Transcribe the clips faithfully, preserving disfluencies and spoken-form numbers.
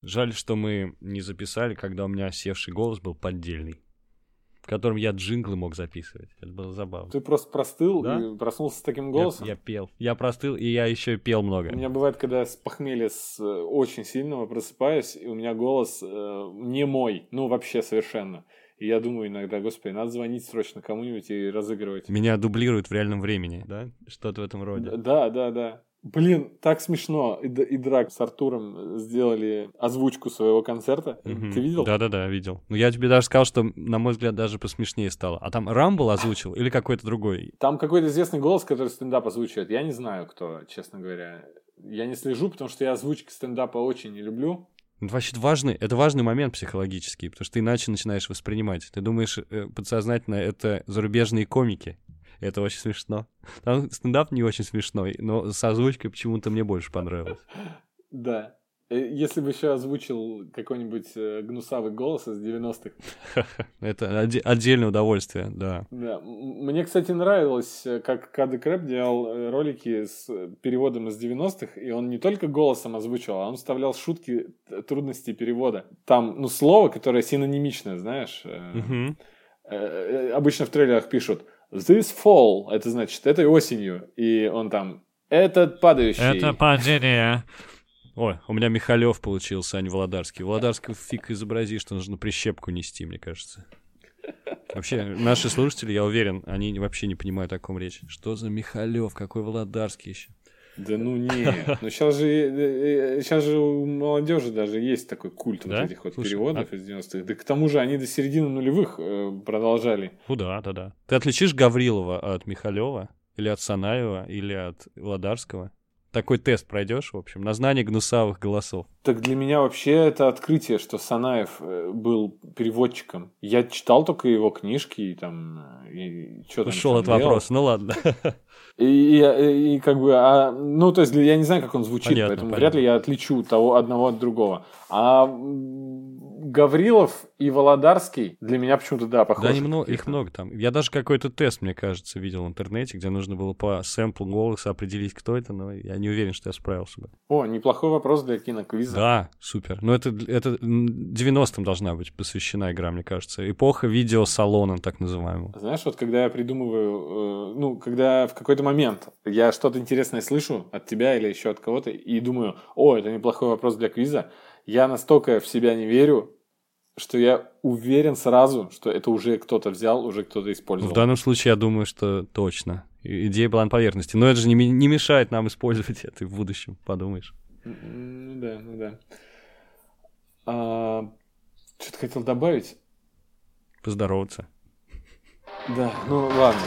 Жаль, что мы не записали, когда у меня севший голос был поддельный, в котором я джинглы мог записывать. Это было забавно. Ты просто простыл Да? и проснулся с таким голосом? Я, я пел. Я простыл, и я еще пел много. У меня бывает, когда я с похмелья с очень сильного просыпаюсь, и у меня голос э, не мой, ну вообще совершенно. И я думаю иногда, господи, надо звонить срочно кому-нибудь и разыгрывать. Меня дублируют в реальном времени, да? Что-то в этом роде. Да, да, да. Блин, так смешно. И, и Драк с Артуром сделали озвучку своего концерта. Мгм. Ты видел? Да-да-да, видел. Но я тебе даже сказал, что, на мой взгляд, даже посмешнее стало. А там Рамбл озвучил или какой-то другой? Там какой-то известный голос, который стендап озвучивает. Я не знаю, кто, честно говоря. Я не слежу, потому что я озвучки стендапа очень не люблю. Это вообще важный, это важный момент психологический, потому что ты иначе начинаешь воспринимать. Ты думаешь, э, подсознательно это зарубежные комики. Это очень смешно. Там стендап не очень смешной, но с озвучкой почему-то мне больше понравилось. Да. Э, Если бы еще озвучил какой-нибудь э, гнусавый голос из девяностых. Это оде- отдельное удовольствие, да. Да. М- Мне, кстати, нравилось, э, как Кады Крэп делал э, ролики с э, переводом из девяностых, и он не только голосом озвучивал, а он вставлял шутки т- трудностей перевода. Там, ну, слово, которое синонимичное, знаешь. э, Мгм. э, э, Обычно в трейлерах пишут «This fall», это значит «этой осенью», и он там «этот падающий». Это падение. Ой, у меня Михалев получился, а не Володарский. Володарский фиг изобрази, что нужно прищепку нести, мне кажется. Вообще, наши слушатели, я уверен, они вообще не понимают, о ком речь. Что за Михалев, какой Володарский еще? Да ну не, ну сейчас же, э, э, сейчас же у молодежи даже есть такой культ Да? вот этих вот Слушай, переводов а- из девяностых. Да к тому же они до середины нулевых э, продолжали. Ну да, да, да. Ты отличишь Гаврилова от Михалева? Или от Санаева? Или от Володарского? Такой тест пройдешь, в общем, на знание гнусавых голосов. Так для меня вообще это открытие, что Санаев э, был переводчиком. Я читал только его книжки и там... э, И, что там Ушел сам от делал. вопроса, ну ладно. И, и- и как бы, а, ну, то есть, я не знаю, как он звучит, Понятно, поэтому понятно. вряд ли я отличу того одного от другого. А м, Гаврилов и Володарский для меня почему-то, да, похожи. Да, они много, их какие-то. много там. Я даже какой-то тест, мне кажется, видел в интернете, где нужно было по сэмплу голоса определить, кто это, но я не уверен, что я справился бы. О, неплохой вопрос для киноквиза. Да, супер. Но это, это м, девяностым должна быть посвящена игра, мне кажется. Эпоха видеосалона, так называемого. Знаешь, вот когда я придумываю, э, ну, когда в какой-то момент я что-то интересное слышу от тебя или еще от кого-то, и думаю, о, это неплохой вопрос для квиза, я настолько в себя не верю, что я уверен сразу, что это уже кто-то взял, уже кто-то использовал. В данном случае я думаю, что точно. И- Идея была на поверхности. Но это же не, ми- не мешает нам использовать это в будущем, подумаешь. М, Ну да, ну да. А, что-то хотел добавить. Поздороваться. Да, ну ладно.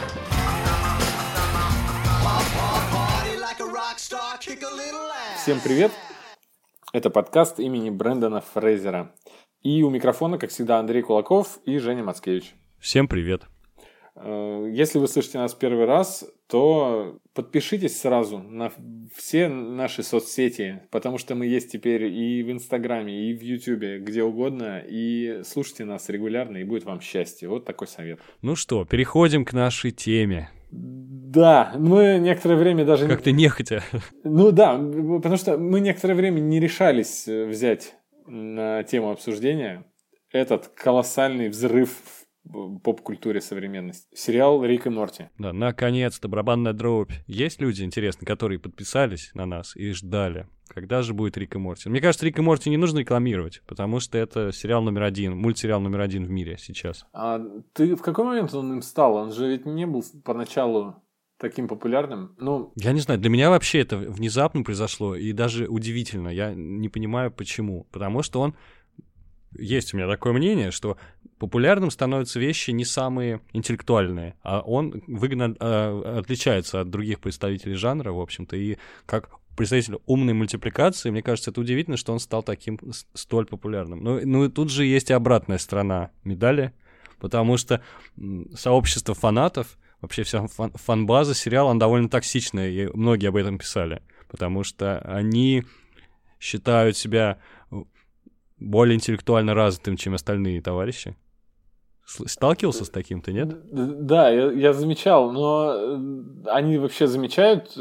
Всем привет. Это подкаст имени Брэндона Фрейзера. И у микрофона, как всегда, Андрей Кулаков и Женя Мацкевич. Всем привет. Э, Если вы слышите нас первый раз, то подпишитесь сразу на все наши соцсети, потому что мы есть теперь и в Инстаграме, и в Ютубе, где угодно, и слушайте нас регулярно, и будет вам счастье. Вот такой совет. Ну что, переходим к нашей теме. Да, мы некоторое время даже... не- Как-то нехотя. Ну да, потому что мы некоторое время не решались э, взять на тему обсуждения этот колоссальный взрыв в поп-культуре современности. Сериал «Рик и Морти». Да, наконец-то, барабанная дробь. Есть люди, интересно, которые подписались на нас и ждали, когда же будет Рик и Морти. Мне кажется, Рик и Морти не нужно рекламировать, потому что это сериал номер один, мультсериал номер один в мире сейчас. А ты в какой момент он им стал? Он же ведь не был поначалу таким популярным. Ну, Я не знаю, для меня вообще это внезапно произошло, и даже удивительно. Я не понимаю, почему. Потому что он... Есть у меня такое мнение, что популярным становятся вещи не самые интеллектуальные, а он выгодно э, отличается от других представителей жанра, в общем-то, и как представитель умной мультипликации, мне кажется, это удивительно, что он стал таким с- столь популярным. Ну, ну и тут же есть и обратная сторона медали, потому что м, сообщество фанатов, вообще вся фан- фан-база сериала, она довольно токсичная, и многие об этом писали, потому что они считают себя более интеллектуально развитым, чем остальные товарищи, Сталкивался с таким-то, нет? Да, я, я замечал, но они вообще замечают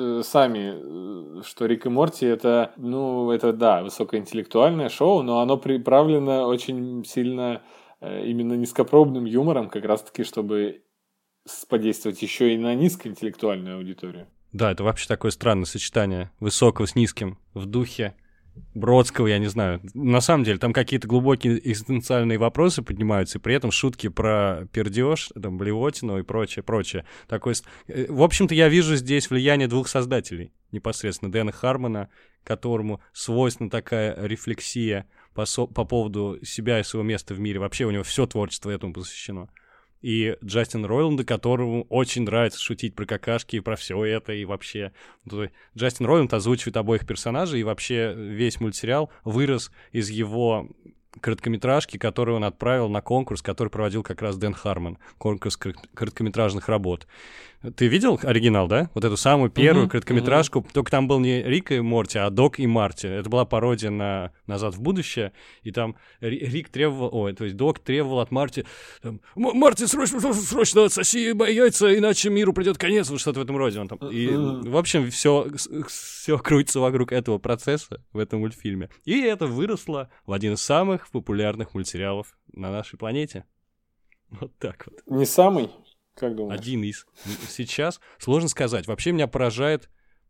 сами, что Рик и Морти это, ну, это, да, высокоинтеллектуальное шоу, но оно приправлено очень сильно именно низкопробным юмором, как раз-таки, чтобы подействовать еще и на низкоинтеллектуальную аудиторию. Да, это вообще такое странное сочетание высокого с низким в духе Бродского, я не знаю. На самом деле, там какие-то глубокие экзистенциальные вопросы поднимаются, и при этом шутки про пердеж, там, блевотину и прочее, прочее. Такой... В общем-то, я вижу здесь влияние двух создателей, непосредственно Дэна Хармона, которому свойственна такая рефлексия по, со... по поводу себя и своего места в мире. Вообще у него все творчество этому посвящено. И Джастин Ройланда, которому очень нравится шутить про какашки и про все это, и вообще... Джастин Ройланд озвучивает обоих персонажей, и вообще весь мультсериал вырос из его короткометражки, которую он отправил на конкурс, который проводил как раз Дэн Хармон, конкурс короткометражных работ. Ты видел оригинал, да? Вот эту самую первую uh-huh, короткометражку. Uh-huh. Только там был не Рик и Морти, а Док и Марти. Это была пародия на «Назад в будущее». И там Рик требовал... Ой, то есть Док требовал от Марти... Там, Марти, срочно, срочно отсоси мои яйца, иначе миру придет конец. Вот что-то в этом роде. Он там... И, uh-huh. в общем, все, все крутится вокруг этого процесса в этом мультфильме. И это выросло в один из самых популярных мультсериалов на нашей планете. Вот так вот. Не самый... Как думаешь? Один из. Сейчас сложно сказать. Вообще меня поражает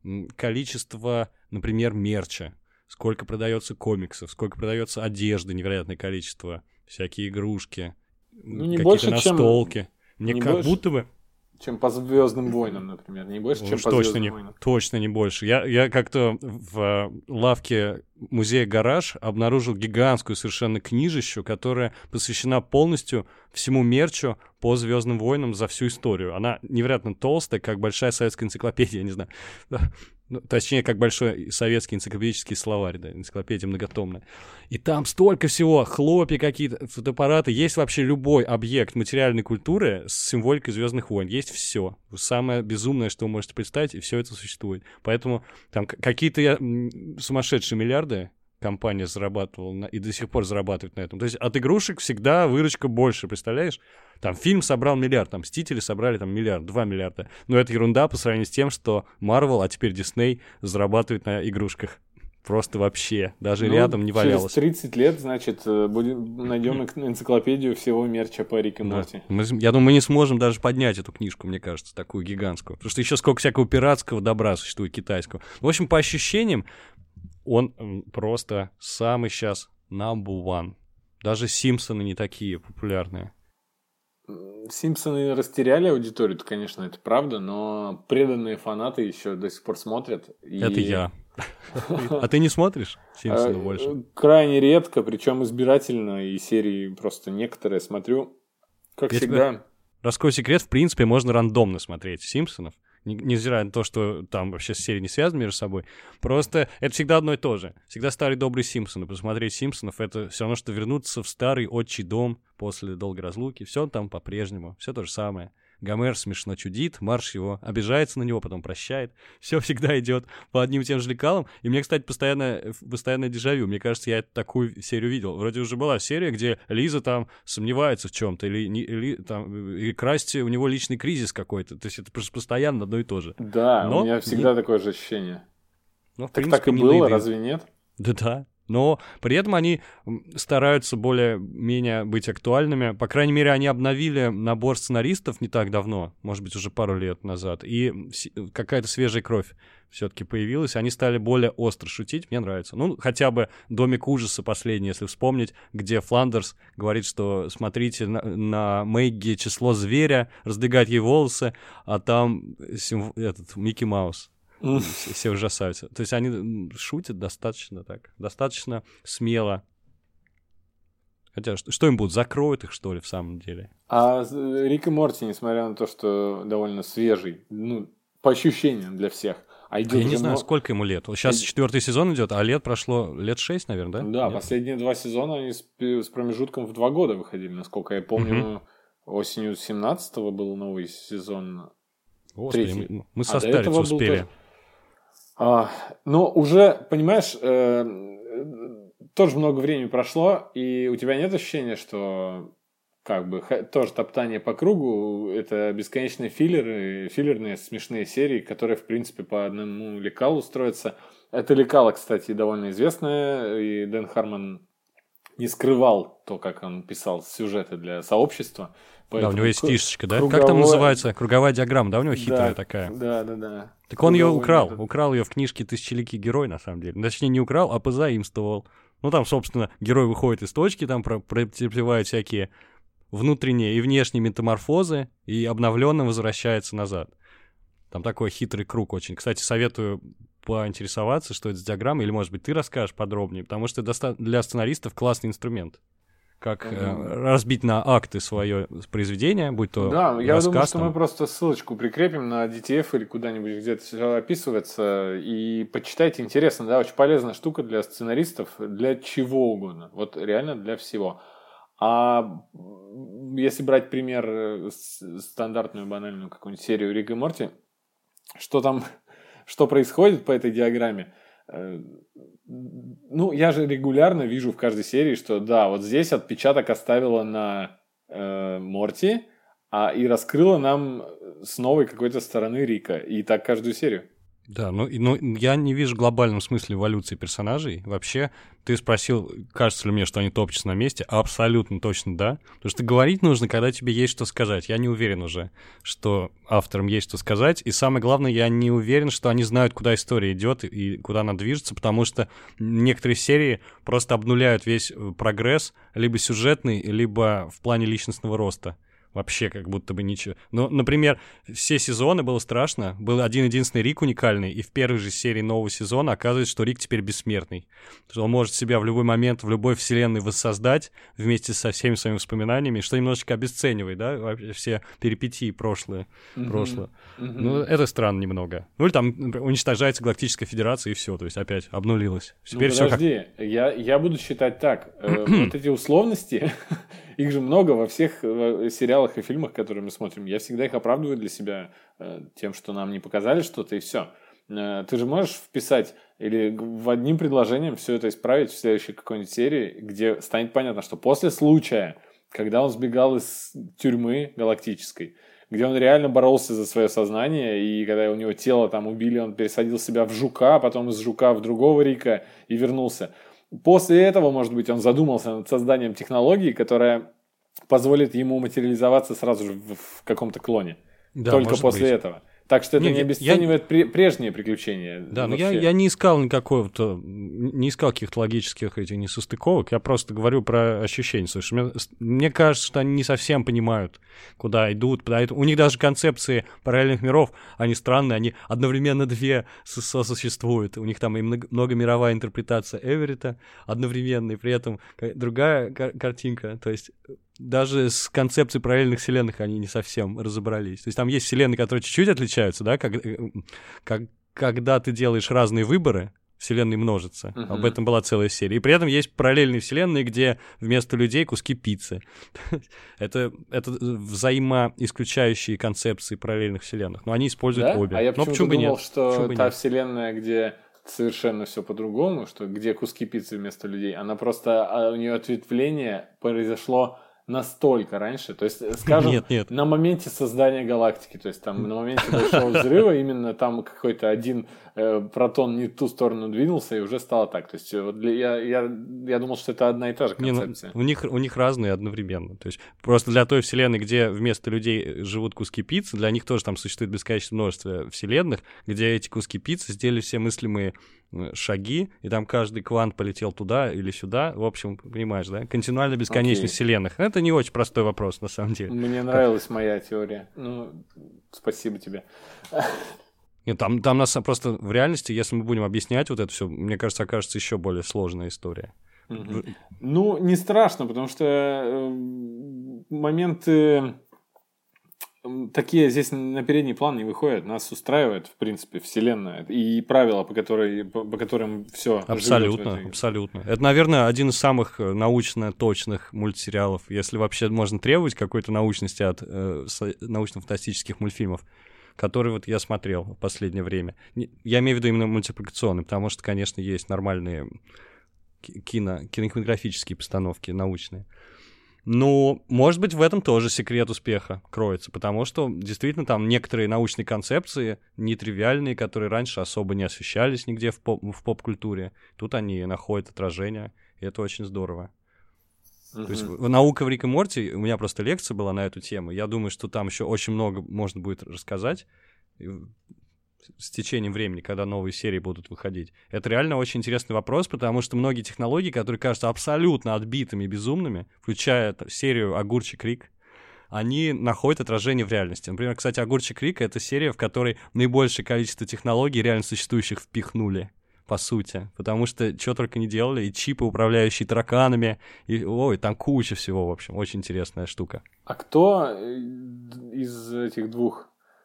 количество, например, мерча. Сколько продается комиксов, сколько продается одежды, невероятное количество, всякие игрушки, ну, не какие-то больше, настолки. Чем... Мне не как больше... будто бы... Чем по «Звездным войнам», например. Не больше, чем Уж по точно «Звездным не, войнам». Точно не больше. Я, я как-то в лавке музея «Гараж» обнаружил гигантскую совершенно книжищу, которая посвящена полностью всему мерчу по «Звездным войнам» за всю историю. Она невероятно толстая, как большая советская энциклопедия, я не знаю. Ну, точнее, как большой советский энциклопедический словарь, да, энциклопедия многотомная. И там столько всего, хлопья какие-то, фотоаппараты. Есть вообще любой объект материальной культуры с символикой «Звездных войн». Есть все. Самое безумное, что вы можете представить, и все это существует. Поэтому там какие-то сумасшедшие миллиарды компания зарабатывала на, и до сих пор зарабатывает на этом. То есть от игрушек всегда выручка больше, представляешь? Там фильм собрал миллиард, там «Мстители» собрали там миллиард, два миллиарда. Но это ерунда по сравнению с тем, что Marvel, а теперь Disney зарабатывает на игрушках. Просто вообще, даже ну, рядом не валялось. Через тридцать лет, значит, будем, найдем энциклопедию всего мерча по Рик и Морти. Да. Мы, я думаю, мы не сможем даже поднять эту книжку, мне кажется, такую гигантскую. Потому что еще сколько всякого пиратского добра существует, китайского. В общем, по ощущениям, он просто самый сейчас number one. Даже «Симпсоны» не такие популярные. «Симпсоны» растеряли аудиторию, то, конечно, это правда, но преданные фанаты еще до сих пор смотрят. И... Это я. А ты не смотришь «Симпсоны» больше? Крайне редко, причем избирательно, и серии просто некоторые смотрю, как всегда. Раскрою секрет, в принципе, можно рандомно смотреть «Симпсонов», невзирая на то, что там вообще серии не связаны между собой. Просто это всегда одно и то же. Всегда старый добрый «Симпсоны». Посмотреть «Симпсонов» — это все равно, что вернуться в старый отчий дом после долгой разлуки. Все там по-прежнему, все то же самое. Гомер смешно чудит, Марш его обижается на него, потом прощает. Все всегда идет по одним и тем же лекалам. И мне, кстати, постоянно, постоянно дежавю. Мне кажется, я такую серию видел. Вроде уже была серия, где Лиза там сомневается в чем-то, или, или там, и Красти, у него личный кризис какой-то. То есть это просто постоянно одно и то же. Да, но у меня всегда не... такое же ощущение. Но, в так принципе, так и не было, наедым. Разве нет? Да-да. Но при этом они стараются более-менее быть актуальными. По крайней мере, они обновили набор сценаристов не так давно, может быть, уже пару лет назад, и какая-то свежая кровь все-таки появилась. Они стали более остро шутить, мне нравится. Ну, хотя бы «Домик ужаса» последний, если вспомнить, где Фландерс говорит, что смотрите на, на Мэгги число зверя, раздвигает ей волосы, а там симв... этот Микки Маус. Все ужасаются. То есть они шутят достаточно так, достаточно смело. Хотя, что, что им будут, закроют их, что ли, в самом деле? А Рик и Морти, несмотря на то, что довольно свежий, ну, по ощущениям для всех. А идет я не знаю, мно... сколько ему лет. Сейчас и... четвертый сезон идет, а лет прошло лет шесть, наверное, да? Да, Нет? Последние два сезона они с, с промежутком в два года выходили, насколько я помню. Угу. Осенью семнадцатого был новый сезон. Господи, третий. Мы, мы состариться а успели. Тоже... А, но уже, понимаешь, э, тоже много времени прошло, и у тебя нет ощущения, что как бы тоже топтание по кругу. Это бесконечные филлеры, филлерные смешные серии, которые, в принципе, по одному лекалу строятся. Это лекало, кстати, довольно известное, и Дэн Хармон не скрывал то, как он писал сюжеты для сообщества. Да, у него есть фишечка, да? Круговой... Как там называется? Круговая диаграмма, да, у него хитрая да, такая? Да, да, да. Так Круговой он ее украл, метод. украл ее в книжке «Тысячеликий герой», на самом деле. Точнее, не украл, а позаимствовал. Ну, там, собственно, герой выходит из точки, там претерпевает всякие внутренние и внешние метаморфозы, и обновленно возвращается назад. Там такой хитрый круг очень. Кстати, советую поинтересоваться, что это за диаграмма, или, может быть, ты расскажешь подробнее, потому что это для сценаристов классный инструмент. Как mm-hmm. э, разбить на акты свое произведение, будь то Да, рассказ, я думаю, что там. мы просто ссылочку прикрепим на ди ти эф или куда-нибудь, где это все описывается, и почитайте, интересно, да, очень полезная штука для сценаристов, для чего угодно, вот реально для всего. А если брать пример, стандартную, банальную какую-нибудь серию Рик и Морти, что там, что происходит по этой диаграмме? Ну, я же регулярно вижу в каждой серии, что да, вот здесь отпечаток оставила на э, Морти, а и раскрыла нам с новой какой-то стороны Рика. И так каждую серию. Да, ну, ну я не вижу в глобальном смысле эволюции персонажей. Вообще, ты спросил, кажется ли мне, что они топчутся на месте. Абсолютно точно да. Потому что говорить нужно, когда тебе есть что сказать. Я не уверен уже, что авторам есть что сказать. И самое главное, я не уверен, что они знают, куда история идет и куда она движется, потому что некоторые серии просто обнуляют весь прогресс, либо сюжетный, либо в плане личностного роста. Вообще как будто бы ничего. Ну, например, все сезоны было страшно. Был один-единственный Рик уникальный, и в первой же серии нового сезона оказывается, что Рик теперь бессмертный. Что он может себя в любой момент, в любой вселенной воссоздать вместе со всеми своими воспоминаниями, что немножечко обесценивает, да, вообще все перипетии прошлое. Mm-hmm. прошлое. Mm-hmm. Ну, это странно немного. Ну, или там уничтожается Галактическая Федерация, и все, то есть опять обнулилось. Теперь ну, подожди, как... я, я буду считать так. э, вот эти условности... Их же много во всех сериалах и фильмах, которые мы смотрим. Я всегда их оправдываю для себя э, тем, что нам не показали что-то, и все. Э, ты же можешь вписать или в одним предложением все это исправить в следующей какой-нибудь серии, где станет понятно, что после случая, когда он сбегал из тюрьмы галактической, где он реально боролся за свое сознание, и когда у него тело там убили, он пересадил себя в жука, потом из жука в другого Рика и вернулся. После этого, может быть, он задумался над созданием технологии, которая позволит ему материализоваться сразу же в, в каком-то клоне. Да, только после быть. этого. Так что это не, не обесценивает я... прежние приключения. Да, но я, я не искал никакого-то, не искал каких-то логических этих несостыковок, я просто говорю про ощущения. Слушай, мне, мне кажется, что они не совсем понимают, куда идут. У них даже концепции параллельных миров, они странные, они одновременно две сосуществуют. У них там и много, многомировая интерпретация Эверетта одновременно, и при этом другая кар- картинка, то есть... Даже с концепцией параллельных вселенных они не совсем разобрались. То есть там есть вселенные, которые чуть-чуть отличаются, да, как, как, когда ты делаешь разные выборы, вселенные множатся. Uh-huh. Об этом была целая серия. И при этом есть параллельные вселенные, где вместо людей куски пиццы. это, это взаимоисключающие концепции параллельных вселенных. Но они используют да? обе. А я Но почему-то думал, нет? что та нет? Вселенная, где... совершенно все по-другому, что где куски пиццы вместо людей, она просто, у нее ответвление произошло настолько раньше, то есть, скажем, нет, нет. на моменте создания галактики, то есть там на моменте большого взрыва именно там какой-то один э, протон не в ту сторону двинулся и уже стало так, то есть вот для, я, я, я думал, что это одна и та же концепция. Не, ну, у них, у них разные одновременно, то есть просто для той вселенной, где вместо людей живут куски пиццы, для них тоже там существует бесконечное множество вселенных, где эти куски пиццы сделали все мыслимые шаги, и там каждый квант полетел туда или сюда. В общем, понимаешь, да? Континуальная бесконечность okay. вселенных. Это не очень простой вопрос, на самом деле. Мне нравилась как... моя теория. Ну, спасибо тебе. Нет, там, там нас просто в реальности, если мы будем объяснять вот это все, мне кажется, окажется еще более сложная история. Mm-hmm. Ну, не страшно, потому что э, моменты... Такие здесь на передний план не выходят. Нас устраивает, в принципе, вселенная. И правила, по, которой, по, по которым все абсолютно, абсолютно. Это, наверное, один из самых научно точных мультсериалов, если вообще можно требовать какой-то научности от э, научно-фантастических мультфильмов, которые вот я смотрел в последнее время. Я имею в виду именно мультипликационные, потому что, конечно, есть нормальные кино, кинематографические постановки научные. Ну, может быть, в этом тоже секрет успеха кроется, потому что действительно там некоторые научные концепции нетривиальные, которые раньше особо не освещались нигде в, поп- в поп-культуре, тут они находят отражение, и это очень здорово. Mm-hmm. То есть наука в Рик и Морти, у меня просто лекция была на эту тему, я думаю, что там еще очень много можно будет рассказать с течением времени, когда новые серии будут выходить. Это реально очень интересный вопрос, потому что многие технологии, которые кажутся абсолютно отбитыми и безумными, включая серию «Огурчик Рик», они находят отражение в реальности. Например, кстати, «Огурчик Рик» — это серия, в которой наибольшее количество технологий реально существующих впихнули, по сути. Потому что что только не делали, и чипы, управляющие тараканами, и, ой, там куча всего, в общем. Очень интересная штука. А кто из этих двух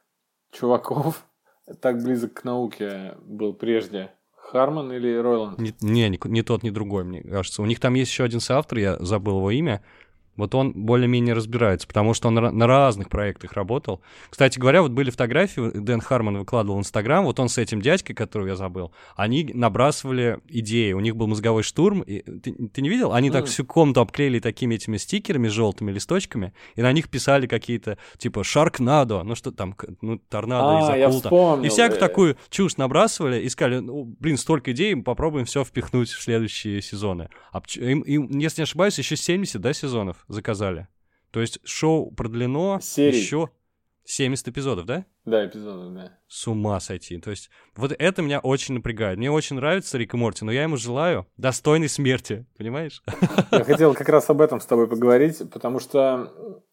чуваков так близок к науке был прежде? Харман или Ройланд? Не, не, ни, ни тот, ни другой, мне кажется. У них там есть еще один соавтор, я забыл его имя. Вот он более-менее разбирается, потому что он на, на разных проектах работал. Кстати говоря, вот были фотографии, Дэн Харман выкладывал в Инстаграм, вот он с этим дядькой, которого я забыл, они набрасывали идеи, у них был мозговой штурм, и, ты, ты не видел? Они mm. так всю комнату обклеили такими этими стикерами, желтыми листочками, и на них писали какие-то, типа, «Шаркнадо», ну что там, ну, торнадо а, из акул. И всякую такую чушь набрасывали, и сказали, ну, блин, столько идей, попробуем все впихнуть в следующие сезоны. А, им, им, если не ошибаюсь, еще семьдесят, да, сезонов заказали. То есть шоу продлено серий. Еще семьдесят эпизодов, да? Да, эпизодов, да. С ума сойти. То есть вот это меня очень напрягает. Мне очень нравится Рик и Морти, но я ему желаю достойной смерти, понимаешь? Я хотел как раз об этом с тобой поговорить, потому что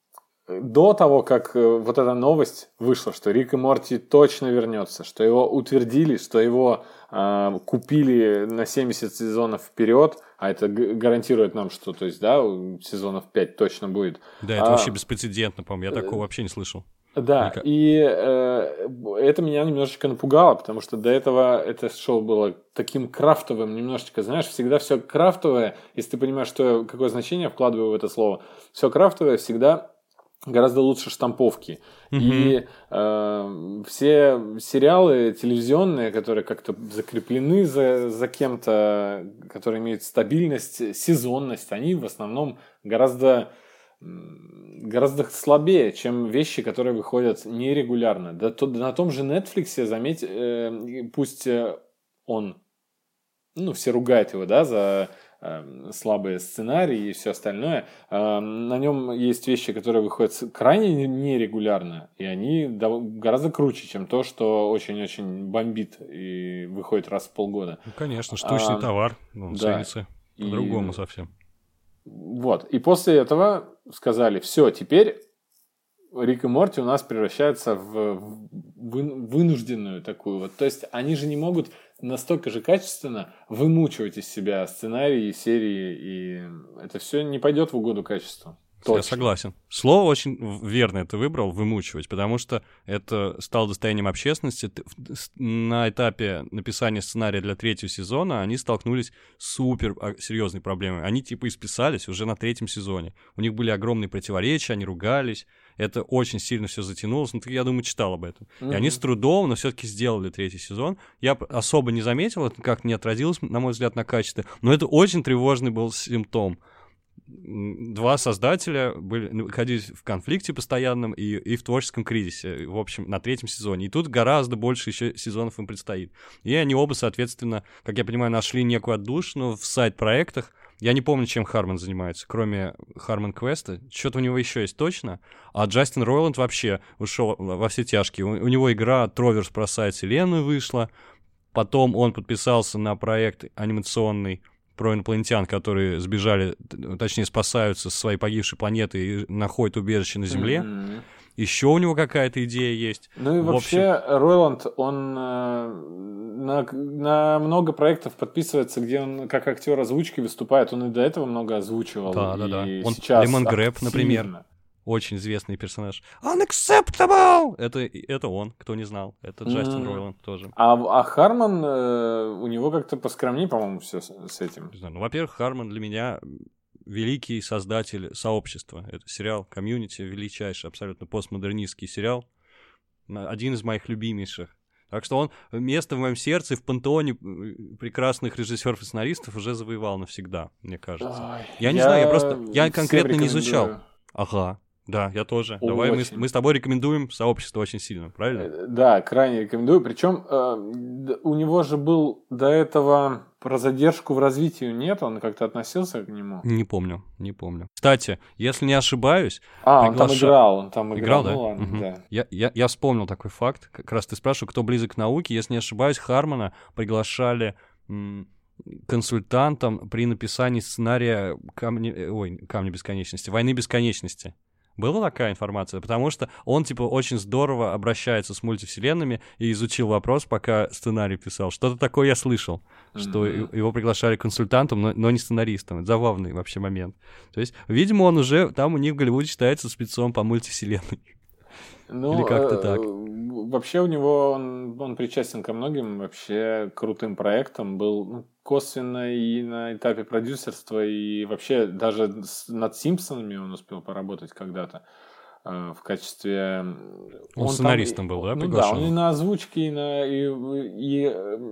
до того, как вот эта новость вышла, что Рик и Морти точно вернется, что его утвердили, что его э, купили на семьдесят сезонов вперед, а это гарантирует нам, что, то есть, да, сезонов пять точно будет. Да, это а, вообще беспрецедентно, по-моему, я такого вообще не слышал. Да, Никак. и э, это меня немножечко напугало, потому что до этого это шоу было таким крафтовым, немножечко, знаешь, всегда все крафтовое, если ты понимаешь, что, какое значение вкладываю в это слово, все крафтовое всегда гораздо лучше штамповки. Mm-hmm. И э, все сериалы телевизионные, которые как-то закреплены за, за кем-то, которые имеют стабильность, сезонность, они в основном гораздо, гораздо слабее, чем вещи, которые выходят нерегулярно. Да, то, на том же Netflix, заметь, э, пусть он, ну, все ругают его, да, за слабые сценарии и все остальное. На нем есть вещи, которые выходят крайне нерегулярно, и они гораздо круче, чем то, что очень-очень бомбит и выходит раз в полгода. Ну, конечно, штучный а, товар, он да, ценится по-другому и... совсем. Вот, и после этого сказали, все, теперь Рик и Морти у нас превращаются в вынужденную такую вот. То есть они же не могут настолько же качественно вымучивать из себя сценарии, серии, и это все не пойдет в угоду качеству. Точно. Я согласен. Слово очень верное ты выбрал, вымучивать, потому что это стало достоянием общественности. На этапе написания сценария для третьего сезона они столкнулись с супер серьезной проблемой. Они типа исписались уже на третьем сезоне. У них были огромные противоречия, они ругались. Это очень сильно все затянулось. Ну, ты, я думаю, читал об этом. Mm-hmm. И они с трудом, но все-таки сделали третий сезон. Я особо не заметил, это как не отразилось, на мой взгляд, на качестве. Но это очень тревожный был симптом. Два создателя были, находились в конфликте постоянном и, и в творческом кризисе, в общем, на третьем сезоне. И тут гораздо больше еще сезонов им предстоит. И они оба, соответственно, как я понимаю, нашли некую отдушину в сайд-проектах. Я не помню, чем Харман занимается, кроме Харман Квеста. Что-то у него еще есть точно. А Джастин Ройланд вообще ушел во все тяжкие. У, у него игра «Троверс бросает вселенную» вышла. Потом он подписался на проект анимационный про инопланетян, которые сбежали, точнее, спасаются со своей погибшей планеты и находят убежище на Земле. Mm-hmm. Еще у него какая-то идея есть. Ну и в вообще общем... Ройланд, он э, на, на много проектов подписывается, где он как актер озвучки выступает. Он и до этого много озвучивал. Да, да, да. Он сейчас Лемон Грэб, например. Очень известный персонаж. Unacceptable! Это, это он, кто не знал. Это Джастин mm-hmm. Ройланд тоже. А, а Харман, э, у него как-то поскромнее, по-моему, все с, с этим. Не знаю, ну, во-первых, Харман для меня великий создатель «Сообщества». Это сериал «Комьюнити», величайший, абсолютно постмодернистский сериал. Один из моих любимейших. Так что он место в моем сердце и в пантеоне прекрасных режиссеров и сценаристов уже завоевал навсегда, мне кажется. Ой, я не я знаю, я просто... Я всем конкретно не изучал. рекомендую. Ага, да, я тоже. Давай мы, с- Очень. мы с тобой рекомендуем сообщество очень сильно, правильно? Э, Да, крайне рекомендую. Причем у него же был до этого про задержку в развитии нет, он как-то относился к нему. Не помню, не помню. Кстати, если не ошибаюсь... А, он там приглаша- играл, он там играл, Играл, да? ну ладно, Мгм. да. Я, я, я вспомнил такой факт. Как раз ты спрашивал, кто близок к науке. Если не ошибаюсь, Хармона приглашали м, консультантом при написании сценария камни, э, ой, «Камни бесконечности», «Войны бесконечности». Была такая информация? Потому что он, типа, очень здорово обращается с мультивселенными и изучил вопрос, пока сценарий писал. Что-то такое я слышал, что Мгм. и- его приглашали консультантом, но, но не сценаристом. Это забавный вообще момент. То есть, видимо, он уже там у них в Голливуде считается спецом по мультивселенной. Ну, Или как-то э, так. вообще у него, он, он причастен ко многим вообще крутым проектам, был ну, косвенно и на этапе продюсерства, и вообще даже с- над «Симпсонами» он успел поработать когда-то э, в качестве... Он там сценаристом и- был, да, Ну да, он приглашен? и на озвучке, и, на, и, и,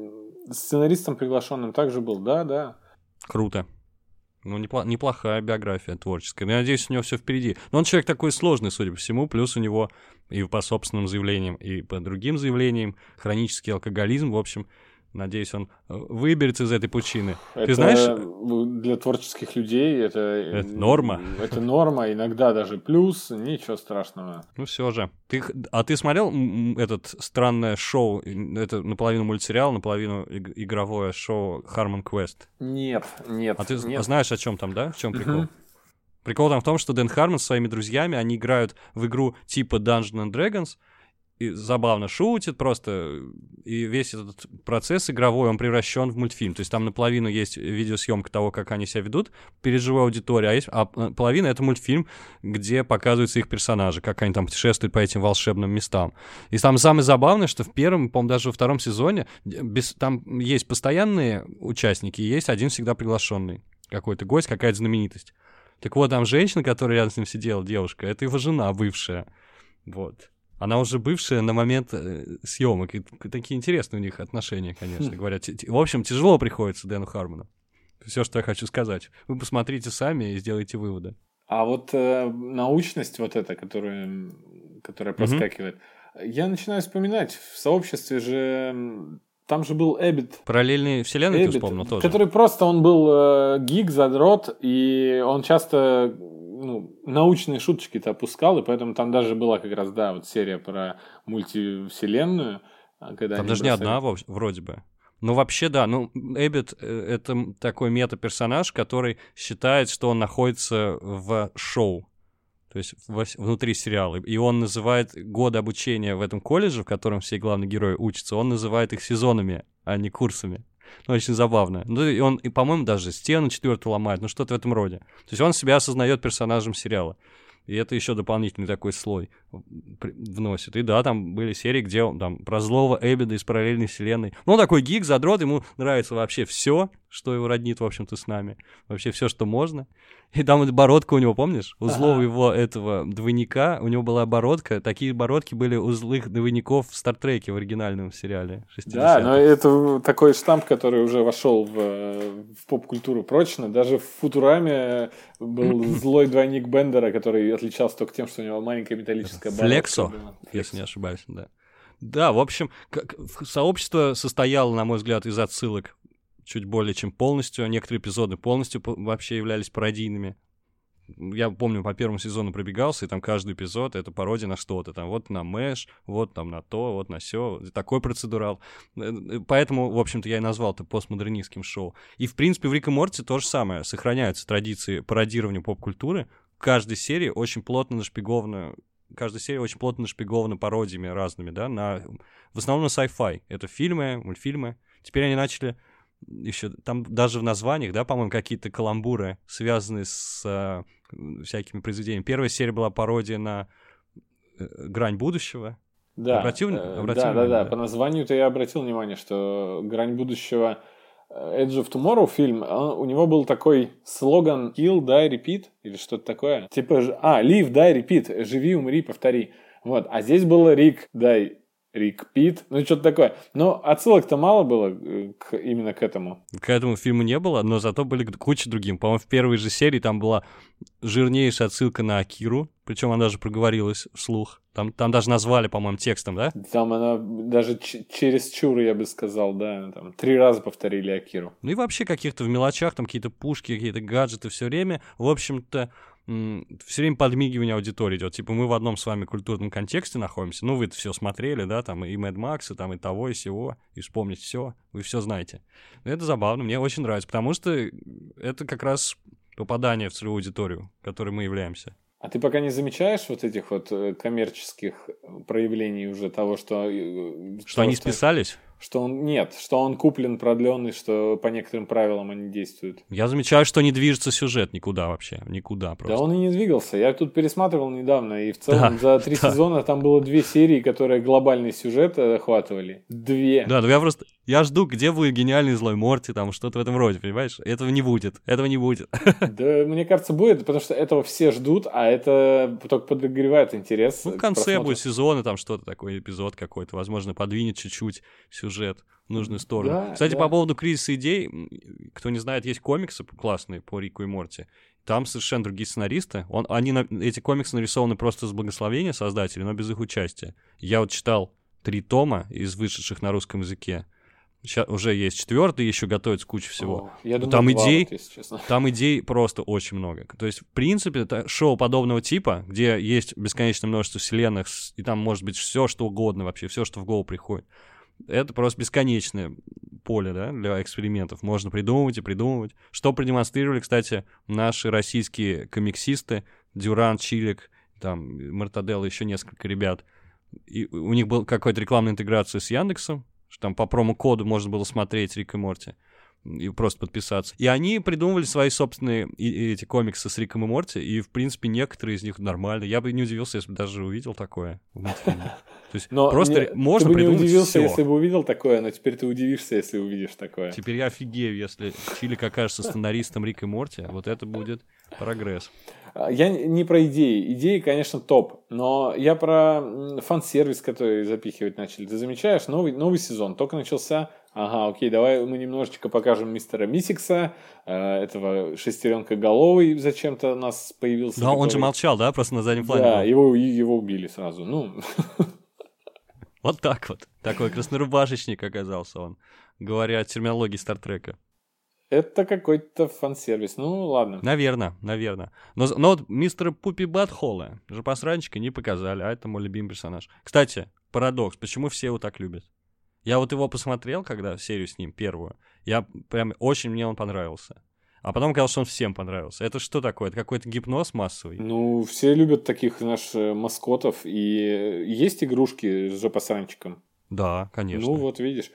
э, сценаристом приглашенным также был, да, да. Круто. Ну, непло- неплохая биография творческая. Но я надеюсь, у него все впереди. Но он человек такой сложный, судя по всему. Плюс у него и по собственным заявлениям, и по другим заявлениям хронический алкоголизм. В общем, надеюсь, он э, выберется из этой пучины. Это Ты знаешь, для творческих людей это, Это норма. Это норма, иногда даже плюс, ничего страшного. ну все же. Ты, х- а ты смотрел м, м, этот странное шоу? м, Это наполовину мультсериал, наполовину иг- игровое шоу Harmon Quest. Нет, нет, А ты з- нет. знаешь, о чем там, да? В чем прикол? Мгм. Прикол там в том, что Дэн Хармон со своими друзьями, они играют в игру типа Dungeons and Dragons, и забавно шутит просто, и весь этот процесс игровой, он превращен в мультфильм. То есть там наполовину есть видеосъемка того, как они себя ведут перед живой аудиторией, а, есть, а половина — это мультфильм, где показываются их персонажи, как они там путешествуют по этим волшебным местам. И там самое забавное, что в первом, по-моему, даже во втором сезоне без, там есть постоянные участники, и есть один всегда приглашенный какой-то гость, какая-то знаменитость. Так вот, там женщина, которая рядом с ним сидела, девушка, это его жена бывшая. Вот. Она уже бывшая на момент э, съемок. И т- такие интересные у них отношения, конечно, говоря. Т- т- В общем, тяжело приходится Дэну Хармону. Все, что я хочу сказать. Вы посмотрите сами и сделайте выводы. А вот э, научность вот эта, которая, которая проскакивает, я начинаю вспоминать, в сообществе же, м, там же был Эббит. Параллельные вселенные ты Эббит, вспомнил тоже? который просто, он был э, гик, задрот, и он часто ну, научные шуточки-то опускал, и поэтому там даже была как раз, да, вот серия про мультивселенную. а, Когда Там они даже не бросали- одна вов- вроде бы. Ну, вообще, да. Ну, Эббит — э, это м- такой мета-персонаж, который считает, что он находится в шоу. То есть во- внутри сериала. И он называет годы обучения в этом колледже, в котором все главные герои учатся, он называет их сезонами, а не курсами. Ну, очень забавно. Ну, и он, и, по-моему, даже стену четвертую ломает, ну, что-то в этом роде. То есть он себя осознает персонажем сериала. И это еще дополнительный такой слой при- вносит. И да, там были серии, где он там про злого Эббида из параллельной вселенной. Ну, он такой гик, задрот, ему нравится вообще все, что его роднит, в общем-то, с нами. Вообще все, что можно. И там эта бородка у него, помнишь? У злого Ага. его этого двойника, у него была бородка. Такие бородки были у злых двойников в Стартреке в оригинальном сериале Да, шестидесятых. но это такой штамп, который уже вошел в, э, в поп-культуру прочно. Даже в Футураме был злой двойник Бендера, который отличался только тем, что у него маленькая металлическая бородка Флексо, была. если не ошибаюсь, да. Да, в общем, как- в- сообщество состояло, на мой взгляд, из отсылок чуть более чем полностью. Некоторые эпизоды полностью по- вообще являлись пародийными. Я помню, по первому сезону пробегался, и там каждый эпизод — это пародия на что-то. Там вот на Мэш, вот там на то, вот на сё. Такой процедурал. Э, э, Поэтому, в общем-то, я и назвал это постмодернистским шоу. И, в принципе, в Рик и Морти то же самое. Сохраняются традиции пародирования поп-культуры. В каждой серии очень плотно нашпиговано каждая серия очень плотно нашпигована пародиями разными, да, на, в основном на sci-fi. Это фильмы, мультфильмы. Теперь они начали еще, там даже в названиях, да, по-моему, какие-то каламбуры, связанные с э, всякими произведениями. Первая серия была пародия на э, «Грань будущего». Да, Обратил вни- э, обратил да, да, внимание, да. да? По названию-то я обратил внимание, что «Грань будущего», э, Edge of Tomorrow фильм, а, у него был такой слоган «Kill, die, repeat» или что-то такое. Типа, ж- а, «Live, die, repeat», «Живи, умри, повтори». Вот, а здесь было «Rick, die, Рик Пит, ну что-то такое. Но отсылок-то мало было к, именно к этому. К этому фильму не было, но зато были куча другим. По-моему, в первой же серии там была жирнейшая отсылка на Акиру, причем она даже проговорилась вслух. Там, там даже назвали, по-моему, текстом, да? Там она даже ч- через чур, я бы сказал, да. Там три раза повторили Акиру. Ну и вообще каких-то в мелочах, там какие-то пушки, какие-то гаджеты все время. В общем-то, все время подмигивание аудитории идет. Типа мы в одном с вами культурном контексте находимся. Ну, вы это все смотрели, да, там и Мэд Макс, и там и того, и сего, и вспомнить все. Вы все знаете. Но это забавно, мне очень нравится, потому что это как раз попадание в целевую аудиторию, которой мы являемся. А ты пока не замечаешь вот этих вот коммерческих проявлений уже того, что... Что того, они что... списались? Что он нет, что он куплен, продленный, что по некоторым правилам они действуют. Я замечаю, что не движется сюжет никуда вообще, никуда просто. Да он и не двигался. Я тут пересматривал недавно, и в целом да, за три да. сезона там было две серии, которые глобальный сюжет охватывали. Две. Да, ну я просто... Я жду, где будет гениальный злой Морти, там что-то в этом роде, понимаешь? Этого не будет, этого не будет. Да, мне кажется, будет, потому что этого все ждут, а это только подогревает интерес. Ну, в конце будет сезона, там что-то такое, эпизод какой-то, возможно, подвинет чуть-чуть сюжет в нужную сторону. Да, Кстати, да. по поводу кризиса идей, кто не знает, есть комиксы классные по Рику и Морти. Там совершенно другие сценаристы. Он, они, эти комиксы нарисованы просто с благословения создателей, но без их участия. Я вот читал три тома из вышедших на русском языке. Сейчас уже есть четвертый, еще готовится куча всего. О, я думаю, там идей, вот, если честно. Там идей просто очень много. То есть, в принципе, это шоу подобного типа, где есть бесконечное множество вселенных, и там может быть все, что угодно вообще, все, что в голову приходит. Это просто бесконечное поле, да, для экспериментов. Можно придумывать и придумывать. Что продемонстрировали, кстати, наши российские комиксисты, Дюран, Чилик, там, Мартаделла, еще несколько ребят. И у них была какая-то рекламная интеграция с Яндексом, что там по промокоду можно было смотреть Рик и Морти и просто подписаться. И они придумывали свои собственные и, эти комиксы с Риком и Морти, и, в принципе, некоторые из них нормальные. Я бы не удивился, если бы даже увидел такое в мультфильме. То есть но просто не, можно ты бы придумать не удивился, всё. если бы увидел такое, но теперь ты удивишься, если увидишь такое. Теперь я офигею, если Чилик окажется сценаристом Рик и Морти. Вот это будет прогресс. Я не про идеи. Идеи, конечно, топ. Но я про фан-сервис, который запихивать начали. Ты замечаешь, новый, новый сезон только начался. Ага, окей, давай мы немножечко покажем мистера Мисикса, э, этого шестеренкоголовый зачем-то у нас появился. Да, который... он же молчал, да, просто на заднем плане. Да, его, его убили сразу. Ну... Вот так вот. Такой краснорубашечник оказался он, говоря о терминологии Стартрека. Это какой-то фан-сервис. Ну, ладно. Наверное, наверное. Но, но вот мистера Пупи Баттхолла же посранчика не показали, а это мой любимый персонаж. Кстати, парадокс, почему все его так любят? Я вот его посмотрел, когда серию с ним, первую, я прям очень мне он понравился. А потом оказалось, что он всем понравился. Это что такое? Это какой-то гипноз массовый? Ну, все любят таких наших маскотов. И есть игрушки с жопосранчиком. Да, конечно. Ну, вот видишь.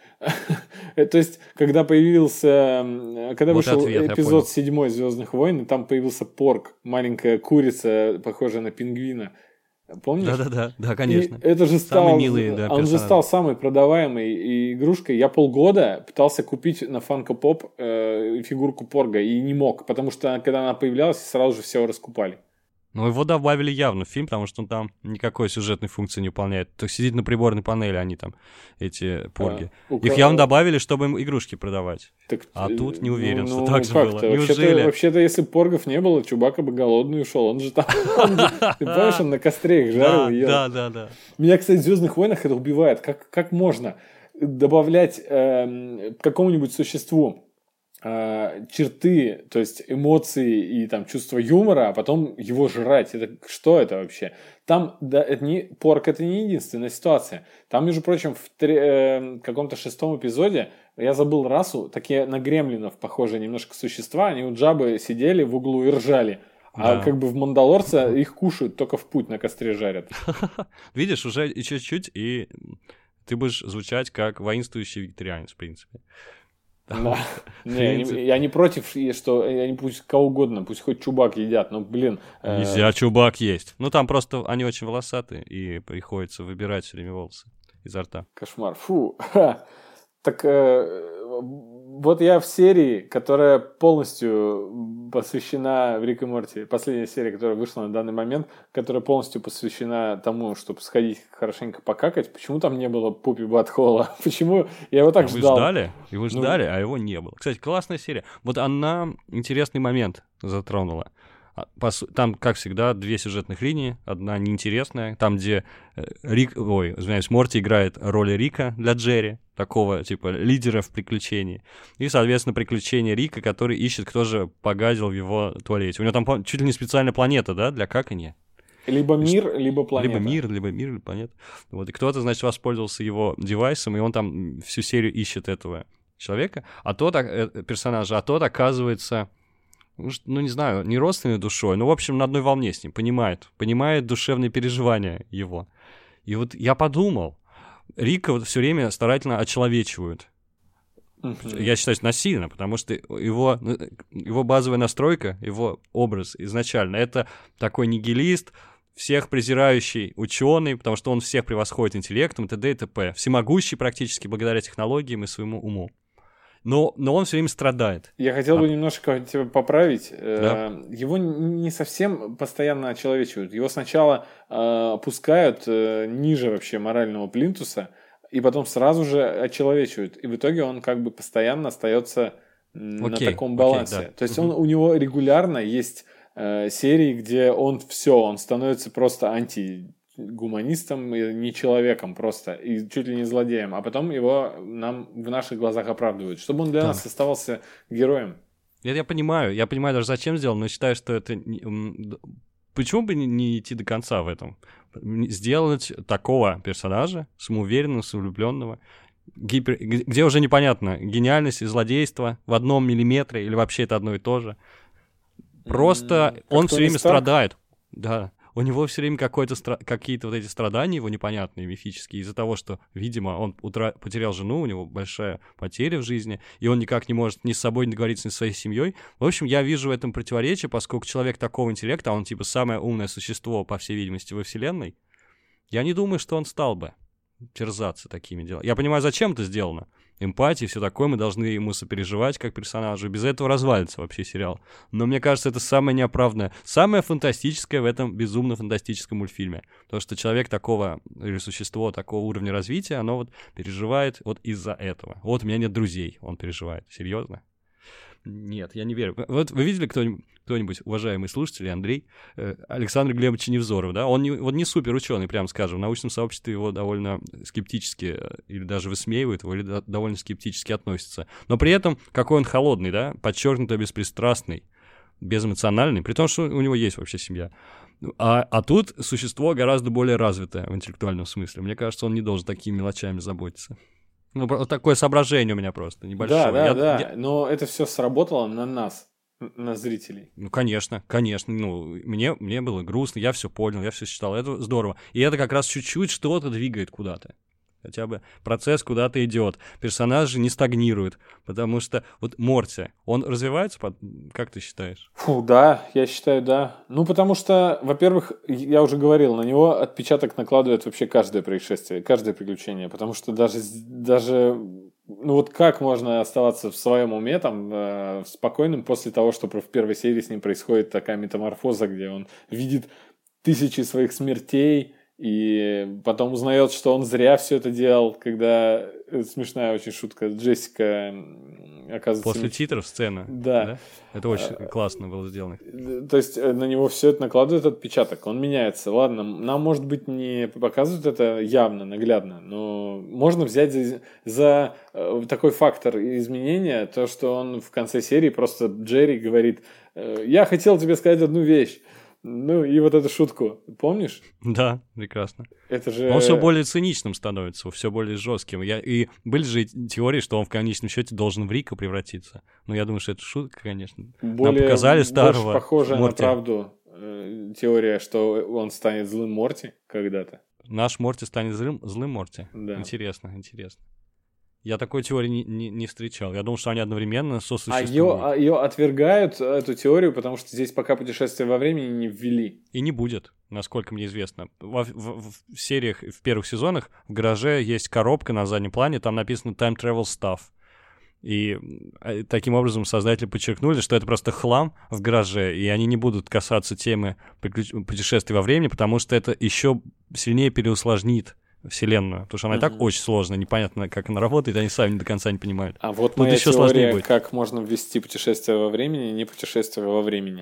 То есть, когда появился... Когда вот вышел ответ, эпизод седьмой «Звездных войн», и там появился Порк, маленькая курица, похожая на пингвина. Помнишь? Да-да-да, да, конечно. И это же стал... Самый милый, да, он персонаж. же стал самой продаваемой игрушкой. Я полгода пытался купить на Funko Pop э, фигурку Порга и не мог, потому что, когда она появлялась, сразу же все раскупали. Ну, его добавили явно в фильм, потому что он там никакой сюжетной функции не выполняет. То есть сидит на приборной панели, они там, эти порги. А, Их явно добавили, чтобы им игрушки продавать. Так, а тут не уверен, ну, что ну, так же было. Вообще-то, Неужели? Вообще-то, если поргов не было, Чубака бы голодный ушел. Он же там... Ты помнишь, он на костре их жарил и ел. Да, да, да. Меня, кстати, в «Звездных войнах» это убивает. Как можно добавлять какому-нибудь существу черты, то есть эмоции и там чувство юмора, а потом его жрать. Это что это вообще? Там, да, это не, порк это не единственная ситуация. Там, между прочим, в три, э, каком-то шестом эпизоде, я забыл расу, такие на гремлинов похожие немножко существа, они у Джабы сидели в углу и ржали. А да. Как бы в «Мандалорце» их кушают, только в путь на костре жарят. Видишь, уже и чуть-чуть, и ты будешь звучать как воинствующий вегетарианец, в принципе. Да. Не, я не против, что они пусть кого угодно, пусть хоть Чубак едят, но, блин... Нельзя, Чубак есть. Ну, там просто они очень волосатые, и приходится выбирать все время волосы изо рта. Кошмар. Фу. Так, Вот я в серии, которая полностью посвящена в Рик и Морти, последняя серия, которая вышла на данный момент, которая полностью посвящена тому, чтобы сходить хорошенько покакать, почему там не было Пупи Баттхола? Почему? Я его так вы ждал. ждали, и вы Ну. ждали, а его не было. Кстати, классная серия. Вот она интересный момент затронула. А, по су- Там, как всегда, две сюжетных линии. Одна неинтересная, там, где э, Рик, ой, извиняюсь, Морти играет роль Рика для Джерри, такого, типа, лидера в приключении. И, соответственно, приключения Рика, который ищет, кто же погадил в его туалете. У него там по- чуть ли не специальная планета, да, для какания. Либо мир, либо планета. Либо мир, либо мир, либо планета. Вот, и кто-то, значит, воспользовался его девайсом, и он там всю серию ищет этого человека, а тот, э, персонажа, а тот, оказывается... ну, не знаю, не родственной душой, но, в общем, на одной волне с ним, понимает, понимает душевные переживания его. И вот я подумал, Рика вот все время старательно очеловечивают. Мгм. Я считаю, насильно, потому что его, его базовая настройка, его образ изначально, это такой нигилист, всех презирающий ученый, потому что он всех превосходит интеллектом, т.д. и т.п. Всемогущий практически благодаря технологиям и своему уму. Но, но он все время страдает. Я хотел А- бы немножко тебя поправить. Да. Э, Его н- не совсем постоянно очеловечивают. Его сначала э, опускают э, ниже вообще морального плинтуса, и потом сразу же очеловечивают. И в итоге он как бы постоянно остается м, на Окей, таком окей, балансе. да. То есть Мгм. он, у него регулярно есть э, серии, где он все, он становится просто антигуманистом, и не человеком просто, и чуть ли не злодеем. А потом его нам в наших глазах оправдывают, чтобы он для Да. нас оставался героем. Это я понимаю, я понимаю даже зачем сделал, но считаю, что это... не- м, д- Почему бы не, не идти до конца в этом? М, Сделать такого персонажа, самоуверенного, самовлюбленного, гипер... г- где уже непонятно, гениальность и злодейство в одном миллиметре или вообще это одно и то же. Просто М, как он все Тони время Старк. страдает. Да. У него все время какое-то стра- какие-то вот эти страдания его непонятные, мифические, из-за того, что, видимо, он утра- потерял жену, у него большая потеря в жизни, и он никак не может ни с собой договориться, ни со своей семьей. В общем, я вижу в этом противоречие, поскольку человек такого интеллекта, а он типа самое умное существо, по всей видимости, во Вселенной, я не думаю, что он стал бы терзаться такими делами. Я понимаю, зачем это сделано. Эмпатия, все такое, мы должны ему сопереживать как персонажу. Без этого развалится вообще сериал. Но мне кажется, это самое неоправданное, самое фантастическое в этом безумно-фантастическом мультфильме. То, что человек такого, или существо такого уровня развития, оно вот переживает вот из-за этого. Вот у меня нет друзей, он переживает. Серьезно? Нет, я не верю. Вот вы видели кто-нибудь, кто-нибудь уважаемый слушатель, Андрей, э, Александр Глебович Невзоров, да? Он не, вот не супер ученый, прям скажем. В научном сообществе его довольно скептически э, или даже высмеивают его, или до- довольно скептически относятся. Но при этом какой он холодный, да? Подчеркнуто беспристрастный, безэмоциональный, при том, что у него есть вообще семья. А, а тут существо гораздо более развитое в интеллектуальном смысле. Мне кажется, он не должен такими мелочами заботиться. Ну, про- вот такое соображение у меня просто небольшое. Да, да, Я- да. я- Но это все сработало на нас, н- на зрителей. Ну, конечно, конечно. Ну, мне, мне было грустно, я все понял, я все считал. Это здорово. И это как раз чуть-чуть что-то двигает куда-то. Хотя бы процесс куда-то идет. Персонажи не стагнируют. Потому что вот Морти, он развивается, под- как ты считаешь? Фу, да, я считаю, да. Ну, потому что, во-первых, я уже говорил, на него отпечаток накладывает вообще каждое происшествие, каждое приключение. Потому что даже, с- даже ну вот как можно оставаться в своем уме там э, спокойным после того, что в первой серии с ним происходит такая метаморфоза, где он видит тысячи своих смертей, и потом узнает, что он зря все это делал, когда э, смешная очень шутка, Джессика м, оказывается... После титров сцена. Да. Это очень классно было сделано. То есть э, на него все это накладывает отпечаток, он меняется. Ладно, нам, может быть, не показывают это явно, наглядно, но можно взять за, за э, такой фактор изменения, то, что он в конце серии просто Джерри говорит: э, я хотел тебе сказать одну вещь. Ну, и вот эту шутку, помнишь? Да, прекрасно. Это же... Он все более циничным становится, все более жестким. Я... И были же теории, что он в конечном счете должен в Рика превратиться. Но я думаю, что это шутка, конечно. более, Нам показали старого больше похожая Морти. на правду э, теория, что он станет злым Морти когда-то. Наш Морти станет злым, злым Морти. Да. Интересно, интересно. Я такой теории не, не, не встречал. Я думал, что они одновременно А сосуществуют. ее, а ее отвергают, эту теорию, потому что здесь пока путешествие во времени не ввели. И не будет, насколько мне известно. Во- в, в- в сериях, в первых сезонах в гараже есть коробка на заднем плане, там написано Time Travel Stuff. И таким образом создатели подчеркнули, что это просто хлам в гараже, и они не будут касаться темы путешествий во времени, потому что это еще сильнее переусложнит вселенную, потому что она и так очень сложная, непонятно, как она работает, они сами до конца не понимают. А вот моя еще теория, как можно ввести путешествие во времени, не путешествие во времени.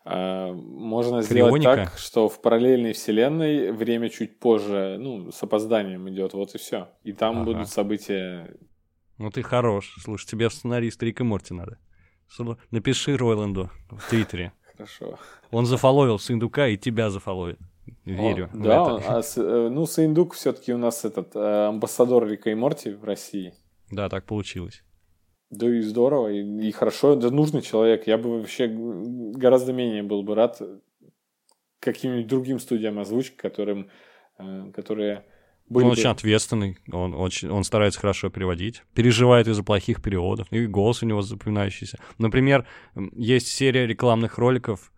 А, можно сделать Крионика. Так, что в параллельной вселенной время чуть позже, ну, с опозданием идет, вот и все. И там ага. будут события... Ну ты хорош. Слушай, тебе сценарист Рик и Морти надо. Напиши Ройланду в Твиттере. Хорошо. Он зафоловил Сындука и тебя зафоловит. Верю. О, да, он, а, ну Сындук все-таки у нас этот амбассадор Рика и Морти в России. Да, так получилось. Да и здорово, и, и хорошо, это нужный человек. Я бы вообще гораздо менее был бы рад каким-нибудь другим студиям озвучки, которым, которые... Он очень ответственный, он, очень, он старается хорошо переводить, переживает из-за плохих переводов, и голос у него запоминающийся. Например, есть серия рекламных роликов,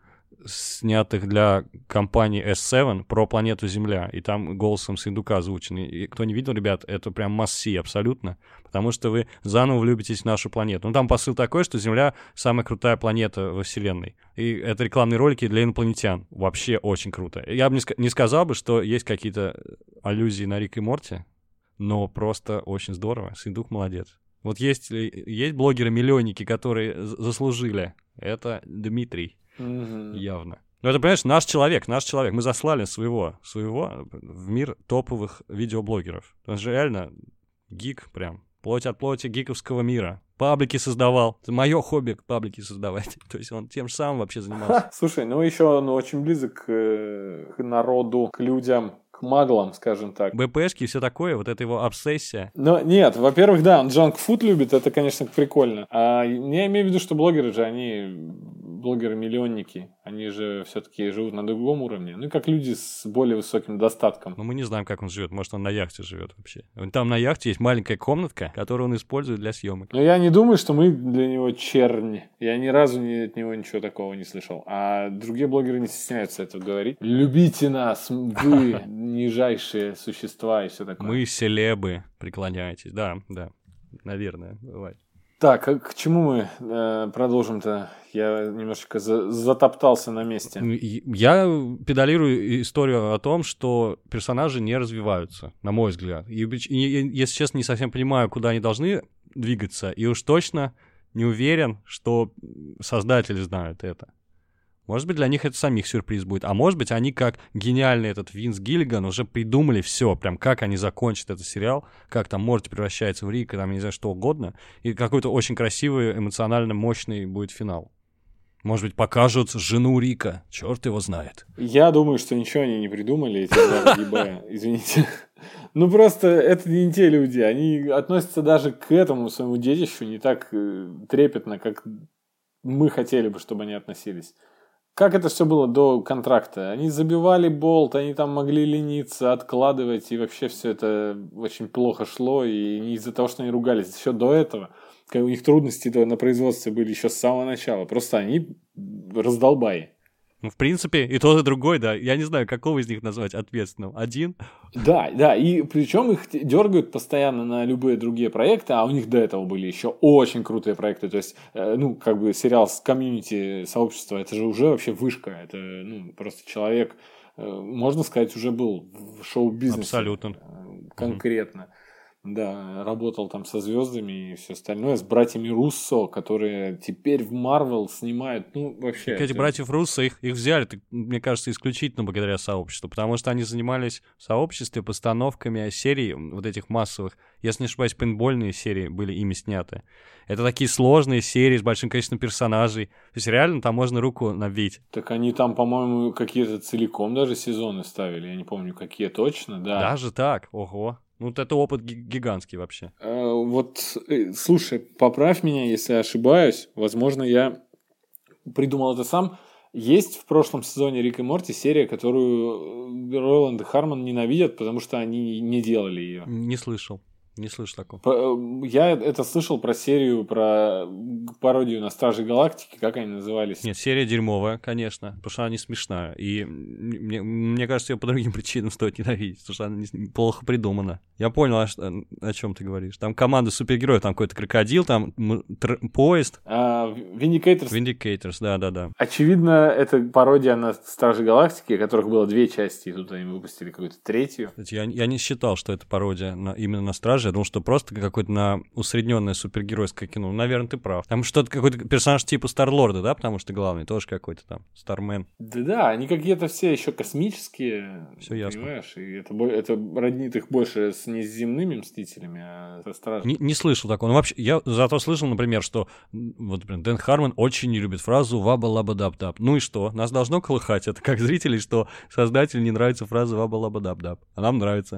снятых для компании эс семь про планету Земля, и там голосом Сындука озвучен. И кто не видел, ребят, это прям must-see абсолютно, потому что вы заново влюбитесь в нашу планету. Ну, там посыл такой, что Земля самая крутая планета во Вселенной. И это рекламные ролики для инопланетян. Вообще очень круто. Я бы не, sk- не сказал бы, что есть какие-то аллюзии на Рика и Морти, но просто очень здорово. Сындук молодец. Вот есть, есть блогеры-миллионники, которые заслужили. Это Дмитрий. Mm-hmm. Явно. Ну, это, понимаешь, наш человек, наш человек. Мы заслали своего, своего в мир топовых видеоблогеров. Он же реально гик прям. Плоть от плоти гиковского мира. Паблики создавал. Это мое хобби паблики создавать. То есть он тем же самым вообще занимался. Слушай, ну еще он очень близок к народу, к людям, к маглам, скажем так. БПшки и все такое, вот это его обсессия. Ну, нет, во-первых, да, он джанк-фуд любит, это, конечно, прикольно. А я имею в виду, что блогеры же, они... блогеры-миллионники, они же все-таки живут на другом уровне. Ну, как люди с более высоким достатком. Но мы не знаем, как он живет. Может, он на яхте живет вообще. Там на яхте есть маленькая комнатка, которую он использует для съемок. Но я не думаю, что мы для него черни. Я ни разу ни, от него ничего такого не слышал. А другие блогеры не стесняются этого говорить. Любите нас, вы нижайшие существа и все такое. Мы селебы, преклоняйтесь. Да, да, наверное, бывает. Так, а к чему мы э, продолжим-то? Я немножечко за- затоптался на месте. Я педалирую историю о том, что персонажи не развиваются, на мой взгляд. И, и, если честно, не совсем понимаю, куда они должны двигаться, и уж точно не уверен, что создатели знают это. Может быть, для них это самих сюрприз будет. А может быть, они, как гениальный этот Винс Гиллиган, уже придумали все, прям как они закончат этот сериал, как там Морти превращается в Рика, там, не знаю, что угодно, и какой-то очень красивый, эмоционально мощный будет финал. Может быть, покажут жену Рика, черт его знает. Я думаю, что ничего они не придумали, эти два ебая, извините. Ну, просто это не те люди, они относятся даже к этому своему детищу не так трепетно, как мы хотели бы, чтобы они относились. Как это все было до контракта? Они забивали болт, они там могли лениться, откладывать, и вообще все это очень плохо шло, и не из-за того, что они ругались, еще до этого. У них трудности на производстве были еще с самого начала. Просто они раздолбаи. Ну, в принципе, и тот, и другой, да. Я не знаю, какого из них назвать ответственным. Один? Да, да. И причем их дергают постоянно на любые другие проекты, а у них до этого были еще очень крутые проекты. То есть, ну, как бы сериал с комьюнити сообщества, это же уже вообще вышка. Это, ну, просто человек, можно сказать, уже был в шоу-бизнесе. Абсолютно. Конкретно. Mm-hmm. Да, работал там со звездами и все остальное, с братьями Руссо, которые теперь в Марвел снимают, ну, вообще... Так эти это... братьев Руссо, их, их взяли, мне кажется, исключительно благодаря сообществу, потому что они занимались в сообществе постановками серий вот этих массовых, если не ошибаюсь, пейнтбольные серии были ими сняты. Это такие сложные серии с большим количеством персонажей, то есть реально там можно руку набить. Так они там, по-моему, какие-то целиком даже сезоны ставили, я не помню, какие точно, да. Даже так? Ого. Ну, вот это опыт гигантский вообще. А, вот, слушай, поправь меня, если я ошибаюсь. Возможно, я придумал это сам. Есть в прошлом сезоне Рик и Морти серия, которую Роланд и Харман ненавидят, потому что они не делали ее. Не слышал. Не слышу такого. По- Я это слышал про серию, про пародию на Стражей Галактики, как они назывались? Нет, серия дерьмовая, конечно, потому что она не смешная. И мне, мне кажется, ее по другим причинам стоит ненавидеть, потому что она не- плохо придумана. Я понял, о, что- о чем ты говоришь. Там команда супергероев, там какой-то крокодил, там м- тр- поезд. А, Виндикейторс. Виндикейторс, да-да-да. Очевидно, это пародия на Стражей Галактики, которых было две части, и тут они выпустили какую-то третью. Кстати, Я, я не считал, что это пародия на, именно на Страже. Я думал, что просто какое-то на усредненное супергеройское кино. Ну, наверное, ты прав. Там что-то какой-то персонаж типа Старлорда, да, потому что главный тоже какой-то там Стармен. Да-да, они какие-то все еще космические, Всё ясно. понимаешь? И это, бо- это роднит их больше с неземными Мстителями, а со Стражами. Не, не слышал такого. Ну, вообще, я зато слышал, например, что м, вот, например, Дэн Хармон очень не любит фразу «ваба-лаба-даб-даб». Ну и что? Нас должно колыхать. Это как зрителей, что создателю не нравится фраза «ваба-лаба-даб-даб». А нам нравится.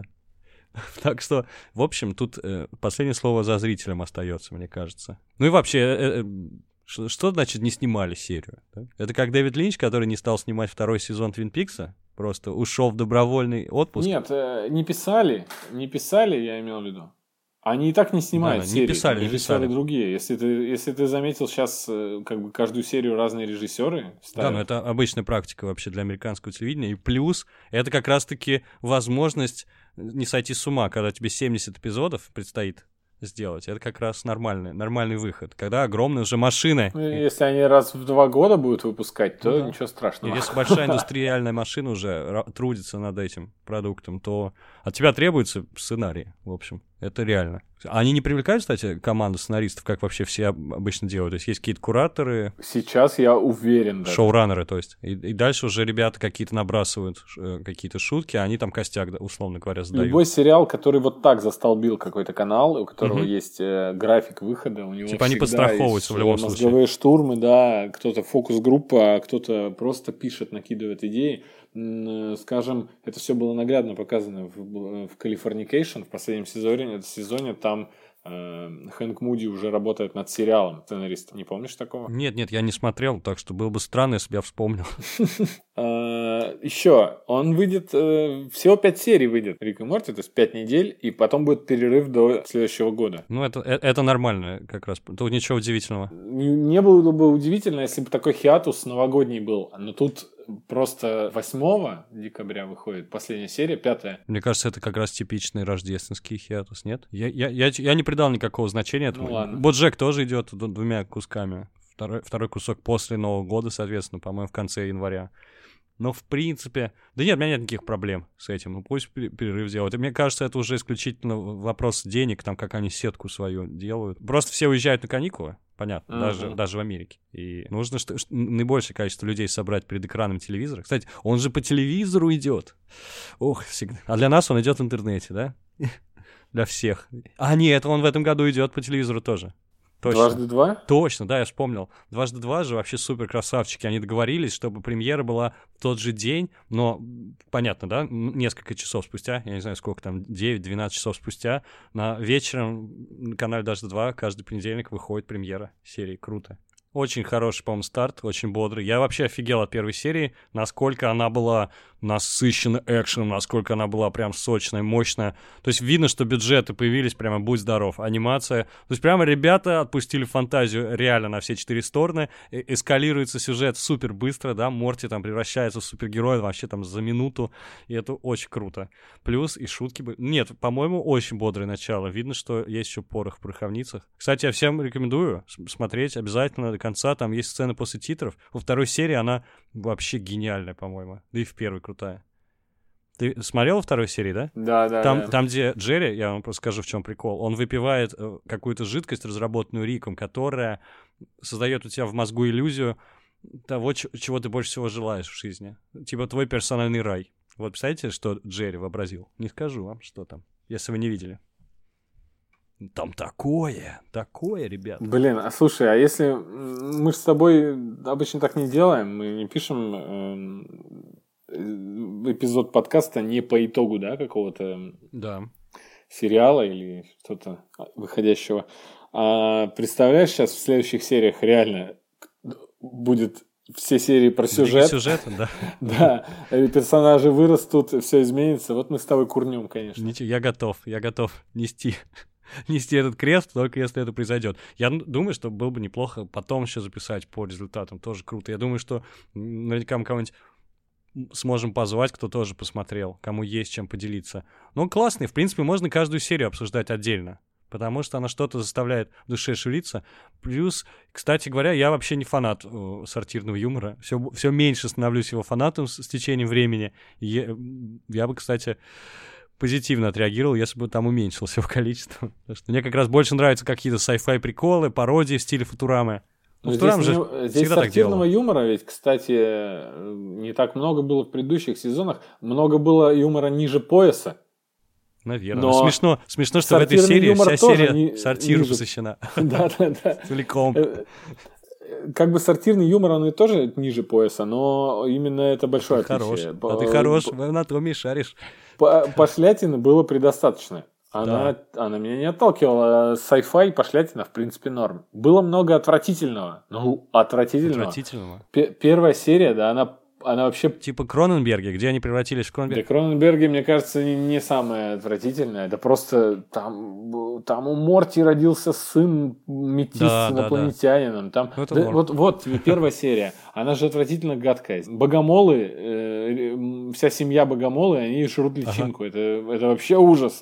Так что, в общем, тут э, последнее слово за зрителем остается, мне кажется. Ну и вообще, э, э, что, что значит не снимали серию? Да? Это как Дэвид Линч, который не стал снимать второй сезон Твин Пикса, просто ушел в добровольный отпуск. Нет, э, не писали, не писали, я имел в виду. Они и так не снимают Да, не серии, писали, там не режиссеры писали. другие. Если ты, если ты заметил, сейчас э, как бы каждую серию разные режиссеры Да, ставят. но это обычная практика вообще для американского телевидения. И плюс это как раз-таки возможность не сойти с ума, когда тебе семьдесят эпизодов предстоит сделать. Это как раз нормальный, нормальный выход. Когда огромные уже машины. Ну, если они раз в два года будут выпускать, то Ну да. ничего И страшного. если большая индустриальная машина уже ра- трудится над этим продуктом, то от тебя требуется сценарий, в общем. Это реально. Они не привлекают, кстати, команду сценаристов, как вообще все об- обычно делают? То есть есть какие-то кураторы, Сейчас я уверен даже. шоураннеры, то есть. И, и дальше уже ребята какие-то набрасывают э, какие-то шутки, а они там костяк, да, условно говоря, задают. Любой сериал, который вот так застолбил какой-то канал, у которого Мгм. есть э, график выхода, у него Типа они всегда подстраховываются есть, в любом э, случае. мозговые штурмы, да, кто-то фокус-группа, а кто-то просто пишет, накидывает идеи. М, э, Скажем, это все было наглядно показано в, в Californication, в последнем сезоне, сезоне там э, Хэнк Муди уже работает над сериалом сценаристом. Не помнишь такого? Нет, нет, я не смотрел, так что было бы странно, если бы я вспомнил. Еще, он выйдет, э, всего пять серий выйдет Рик и Морти, то есть пять недель, и потом будет перерыв до следующего года. Ну, это, э- это нормально как раз. Тут ничего удивительного. Не, не было бы удивительно, если бы такой хиатус новогодний был, но тут просто восьмого декабря выходит последняя серия, пятая. Мне кажется, это как раз типичный рождественский хиатус, нет? Я, я, я, я не придал никакого значения этому. Ну ладно. Боджек тоже идет д- двумя кусками. Второй, второй кусок после Нового года, соответственно, по-моему, в конце января. Но, в принципе... Да нет, у меня нет никаких проблем с этим. Ну, пусть пер- перерыв делают. И мне кажется, это уже исключительно в- вопрос денег, там, как они сетку свою делают. Просто все уезжают на каникулы, понятно, Мгм. даже, даже в Америке. И нужно что, что- наибольшее количество людей собрать перед экраном телевизора. Кстати, он же по телевизору идет. Ох, всегда. А для нас он идет в интернете, да? Для всех. А нет, он в этом году идет по телевизору тоже. Точно. Дважды два? Точно, да, я вспомнил. Дважды два же вообще супер красавчики. Они договорились, чтобы премьера была в тот же день, но, понятно, да, н- несколько часов спустя, я не знаю, сколько там, девять-двенадцать часов спустя, на вечером на канале Дважды два каждый понедельник выходит премьера серии. Круто. Очень хороший, по-моему, старт, очень бодрый. Я вообще офигел от первой серии, насколько она была насыщена экшеном, насколько она была прям сочная, мощная. То есть видно, что бюджеты появились прямо будь здоров. Анимация. То есть прямо ребята отпустили фантазию реально на все четыре стороны. Э- эскалируется сюжет супер быстро, да, Морти там превращается в супергероя вообще там за минуту, и это очень круто. Плюс и шутки... бы- Нет, по-моему, очень бодрое начало. Видно, что есть еще порох в пороховницах. Кстати, я всем рекомендую с- смотреть обязательно до конца. Там есть сцена после титров. Во второй серии она вообще гениальная, по-моему. Да и в первой крутая. Ты смотрел во второй серии, да? Да, да, Там, да. там, где Джерри, я вам просто скажу, в чем прикол, он выпивает э, какую-то жидкость, разработанную Риком, которая создает у тебя в мозгу иллюзию того, ч- чего ты больше всего желаешь в жизни. Типа твой персональный рай. Вот представляете, что Джерри вообразил? Не скажу вам, что там, если вы не видели. Там такое, такое, ребят. Блин, а слушай, а если м, мы же с тобой обычно так не делаем, мы не пишем эм, э, эпизод подкаста не по итогу, да, какого-то Да. сериала или что-то выходящего. А представляешь, сейчас в следующих сериях реально будет все серии про сюжет. Сюжет, да. Да, персонажи вырастут, все изменится. Вот мы с тобой курнем, конечно. Ничего, я готов, я готов нести, нести этот крест, только если это произойдет. Я думаю, что было бы неплохо потом еще записать по результатам, тоже круто. Я думаю, что наверняка мы кого-нибудь сможем позвать, кто тоже посмотрел, кому есть чем поделиться. Ну, классный, в принципе, можно каждую серию обсуждать отдельно, потому что она что-то заставляет в душе шевелиться. Плюс, кстати говоря, я вообще не фанат э, сортирного юмора. Все, все меньше становлюсь его фанатом с, с течением времени. Я, я бы, кстати, позитивно отреагировал, если бы там уменьшился его количество. Потому что мне как раз больше нравятся какие-то sci-fi приколы, пародии в стиле Футурамы. Ну, здесь же не, здесь сортирного юмора ведь, кстати, не так много было в предыдущих сезонах. Много было юмора ниже пояса. Наверное. Но смешно, смешно, что в этой серии вся серия не, сортиру ниже... посвящена. Да-да-да. Целиком. Как бы сортирный юмор, он и тоже ниже пояса, но именно это большое ты отличие. Хорош. А ты хорош, в анатомии шаришь. Пошлятины было предостаточно. Она, да. она меня не отталкивала. Sci-fi, пошлятина, в принципе, норм. Было много отвратительного. Ну, отвратительного. Отвратительного. П- первая серия, да, она, она вообще... Типа Кроненберги, где они превратились в Кроненберги. Да, Кроненберги, мне кажется, не, не самое отвратительное. Это просто там, там у Морти родился сын метис да, с инопланетянином. Да, да. Там, да, вот, вот тебе первая серия. Она же отвратительно гадкая. Богомолы, э, вся семья богомолы, они жрут личинку. Ага. Это, это вообще ужас.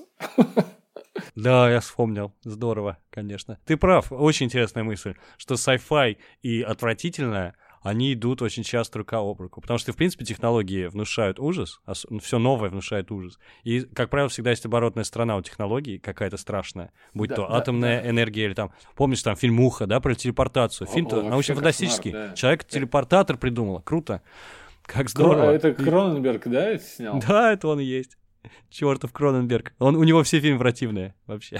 Да, я вспомнил. Здорово, конечно. Ты прав, очень интересная мысль, что sci-fi и отвратительное, они идут очень часто рука об руку. Потому что, в принципе, технологии внушают ужас, а все новое внушает ужас. И, как правило, всегда есть оборотная сторона у технологий, какая-то страшная. Будь да, то да, атомная да. энергия или там... Помнишь, там фильм «Муха», да, про телепортацию? Фильм-то научно-фантастический. Да. Человек-телепортатор придумал. Круто. Как здорово. Это Кроненберг, да, это снял? Да, это он и есть. Чёртов Кроненберг. Он, у него все фильмы противные вообще.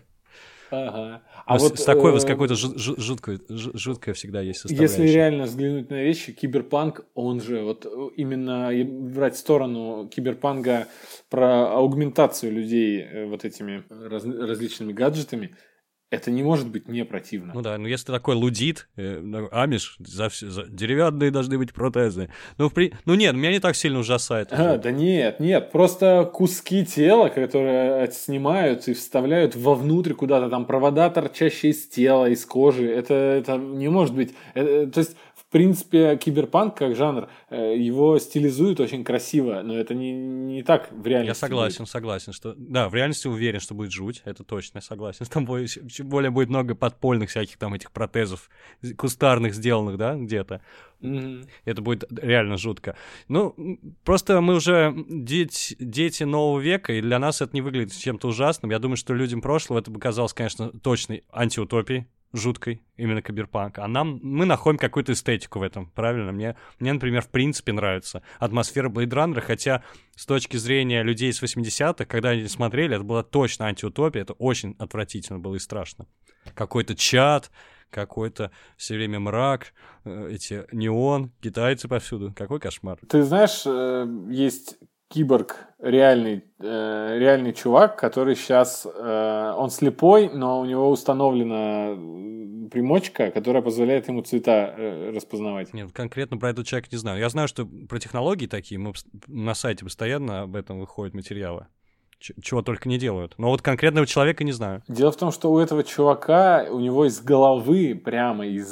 Ага. А вот, с такой, э... с какой-то жут, жуткой, жуткой всегда есть составляющая. Если реально взглянуть на вещи, киберпанк, он же вот именно брать сторону киберпанка про аугментацию людей вот этими раз, различными гаджетами, это не может быть не противно. Ну да, ну если такой лудит, э, амиш, за все, за, деревянные должны быть протезы. Ну, при... ну нет, меня не так сильно ужасает. А, да нет, нет, просто куски тела, которые снимают и вставляют вовнутрь куда-то, там провода, торчащие из тела, из кожи, это, это не может быть. Это, то есть, в принципе, киберпанк как жанр, его стилизуют очень красиво, но это не, не так в реальности. Я согласен, будет. согласен, что да, в реальности уверен, что будет жуть, это точно, я согласен. Там будет, чуть более будет много подпольных всяких там этих протезов, кустарных сделанных, да, где-то. Mm-hmm. Это будет реально жутко. Ну, просто мы уже дети, дети нового века, и для нас это не выглядит чем-то ужасным. Я думаю, что людям прошлого это бы казалось, конечно, точной антиутопией, жуткой, именно киберпанк. А нам, мы находим какую-то эстетику в этом, правильно? Мне, мне, например, в принципе нравится атмосфера Blade Runner, хотя с точки зрения людей с восьмидесятых, когда они смотрели, это была точно антиутопия, это очень отвратительно было и страшно. Какой-то чат, какой-то все время мрак, эти неон, китайцы повсюду. Какой кошмар. Ты знаешь, есть киборг, реальный, э, реальный чувак, который сейчас, э, он слепой, но у него установлена примочка, которая позволяет ему цвета э, распознавать. Нет, конкретно про этот человек не знаю. Я знаю, что про технологии такие, мы на сайте постоянно об этом выходят материалы. Чего только не делают. Но вот конкретного человека не знаю. Дело в том, что у этого чувака, у него из головы, прямо из,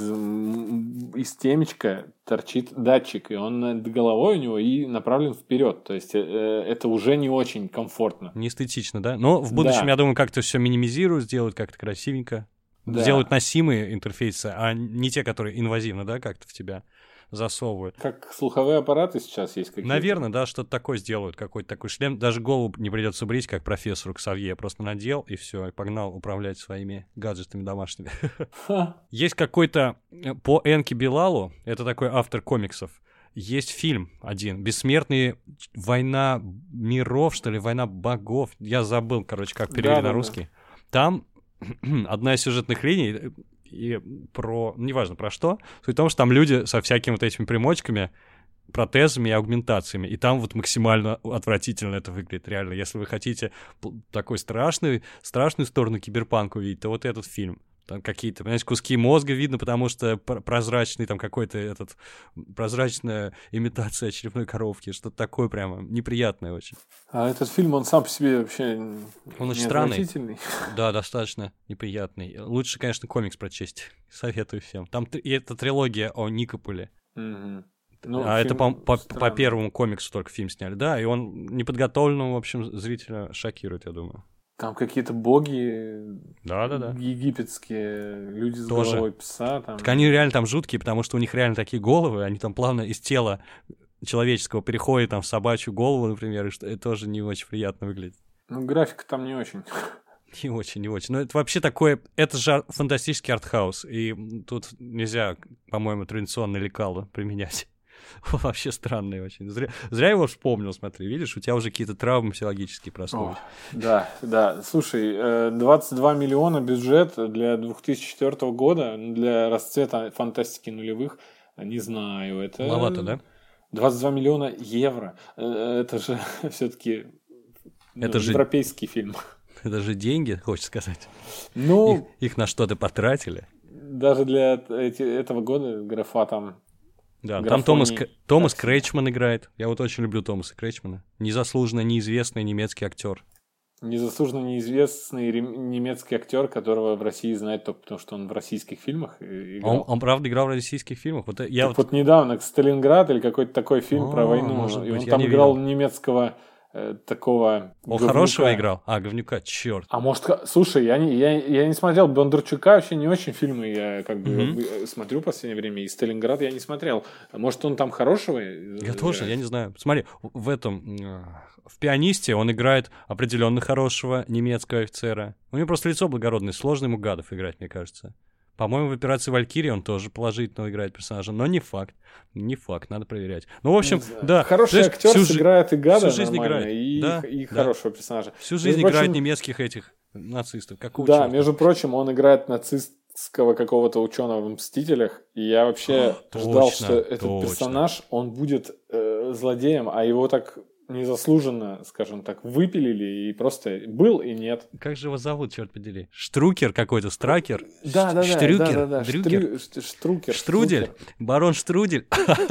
из темечка торчит датчик, и он над головой у него и направлен вперед. То есть э, это уже не очень комфортно. Не эстетично, да? Но в будущем, да. я думаю, как-то все минимизируют, сделают как-то красивенько. Да. Сделают носимые интерфейсы, а не те, которые инвазивно, да, как-то в тебя засовывают. Как слуховые аппараты сейчас есть какие-то? Наверное, да, что-то такое сделают, какой-то такой шлем. Даже голову не придется брить, как профессору Ксавье. Просто надел и все, и погнал управлять своими гаджетами домашними. Есть какой-то по Энке Билалу, это такой автор комиксов, есть фильм один, «Бессмертные. Война миров», что ли, «Война богов». Я забыл, короче, как перевели на русский. Там одна из сюжетных линий... и про... неважно про что. Суть в том, что там люди со всякими вот этими примочками, протезами и аугментациями. И там вот максимально отвратительно это выглядит, реально. Если вы хотите такой страшный, страшную сторону киберпанка увидеть, то вот этот фильм. Там какие-то, понимаете, куски мозга видно, потому что прозрачный там какой-то этот, прозрачная имитация очередной коровки, что-то такое прямо неприятное очень. А этот фильм, он сам по себе вообще он очень странный. Да, достаточно неприятный. Лучше, конечно, комикс прочесть. Советую всем. Там и это трилогия о Никополе. Угу. Ну, а это по, по, по первому комиксу только фильм сняли. Да, и он неподготовленного, в общем, зрителя шокирует, я думаю. Там какие-то боги да, да, да. египетские, люди с тоже. головой пса. Там... Так они реально там жуткие, потому что у них реально такие головы, они там плавно из тела человеческого переходят там, в собачью голову, например, и что это тоже не очень приятно выглядит. Ну, графика там не очень. Не очень, не очень. Но это вообще такое... Это же фантастический артхаус, и тут нельзя, по-моему, традиционное лекало применять. Вообще странный очень. Зря, зря его вспомнил, смотри. Видишь, у тебя уже какие-то травмы психологические проснулись. Да, да. Слушай, двадцать два миллиона бюджет для две тысячи четвёртого года, для расцвета фантастики нулевых, не знаю. Это... Маловато, да? двадцать два миллиона евро. Это же все-таки это ну, же... европейский фильм. Это же деньги, хочешь сказать? Ну... Их, их на что-то потратили. Даже для эти, этого года графа там... Да, там Томас, Томас Крейчман играет. Я вот очень люблю Томаса Крейчмана. Незаслуженно неизвестный немецкий актер. Незаслуженно неизвестный немецкий актер, которого в России знают только потому, что он в российских фильмах играл. Он, он правда играл в российских фильмах? Вот я вот... вот недавно «Сталинград» или какой-то такой фильм О, про войну. Может и быть, он я там не играл видел. немецкого э, такого Он говнюка. хорошего играл? А, говнюка, черт. А может, слушай, я не, я, я не смотрел Бондарчука, вообще не очень фильмы я как бы mm-hmm. смотрю в последнее время, и «Сталинград» я не смотрел. Может, он там хорошего? Я играет? тоже, я не знаю. Смотри, в этом, в «Пианисте» он играет определенно хорошего немецкого офицера. У него просто лицо благородное, сложно ему гадов играть, мне кажется. По-моему, в «Операции Валькирия» он тоже положительно играет персонажа, но не факт. Не факт, надо проверять. Ну, в общем, да. Хороший актер всю сыграет и гада всю жизнь играет. И, да, и да. хорошего персонажа. Всю жизнь между играет прочим, немецких этих нацистов. Какого да, черта? между прочим, он играет нацистского какого-то ученого в «Мстителях», и я вообще О, ждал, точно, что этот точно. персонаж, он будет э, злодеем, а его так... незаслуженно, скажем так, выпилили, и просто был и нет. Как же его зовут, черт подери? Штрукер какой-то, Стракер? Да, да, Штрюкер? да, да, да, Дрюкер? Штрукер. Штрудель? Барон Штрудель?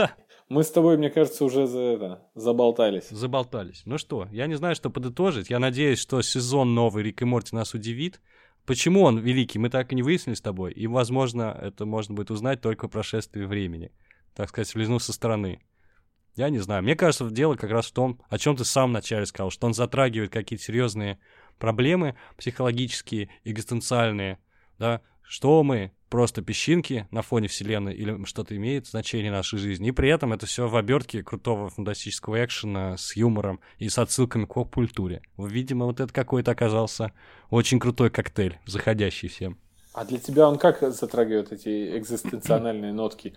Мы с тобой, мне кажется, уже за это заболтались. Заболтались. Ну что, я не знаю, что подытожить. Я надеюсь, что сезон новый Рик и Морти нас удивит. Почему он великий, мы так и не выяснили с тобой. И, возможно, это можно будет узнать только по прошествии времени. Так сказать, взглянув со стороны. Я не знаю. Мне кажется, дело как раз в том, о чем ты в самом начале сказал, что он затрагивает какие-то серьезные проблемы психологические, экзистенциальные, да, что мы просто песчинки на фоне вселенной или что-то имеет значение в нашей жизни. И при этом это все в обертке крутого фантастического экшена с юмором и с отсылками к поп-культуре. Видимо, вот это какой-то оказался очень крутой коктейль, заходящий всем. А для тебя он как затрагивает эти экзистенциональные нотки?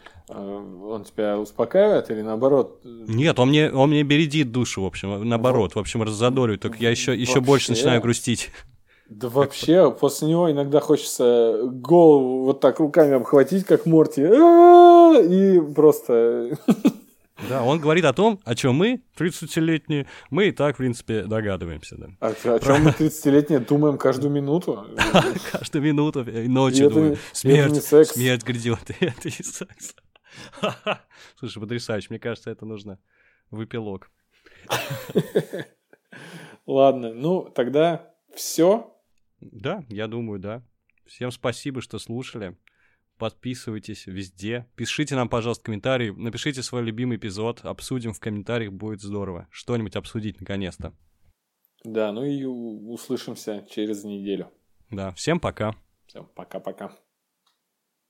Он тебя успокаивает или наоборот? Нет, он мне, он мне бередит душу, в общем, наоборот, в общем, раззадоривает, только я еще, еще больше начинаю грустить. Да вообще, после него иногда хочется голову вот так руками обхватить, как Морти, и просто... Да, он говорит о том, о чем мы, тридцатилетние, мы и так, в принципе, догадываемся. Да. А о чем мы, тридцатилетние, думаем каждую минуту? Каждую минуту, и ночью думаем. Смерть, смерть грядет, это и секс. Слушай, потрясающе, мне кажется, это нужно в эпилог. Ладно, ну, тогда все. Да, я думаю, да. Всем спасибо, что слушали. Подписывайтесь везде. Пишите нам, пожалуйста, комментарии. Напишите свой любимый эпизод. Обсудим в комментариях, будет здорово. Что-нибудь обсудить наконец-то. Да, ну и услышимся через неделю. Да, всем пока. Всем пока-пока.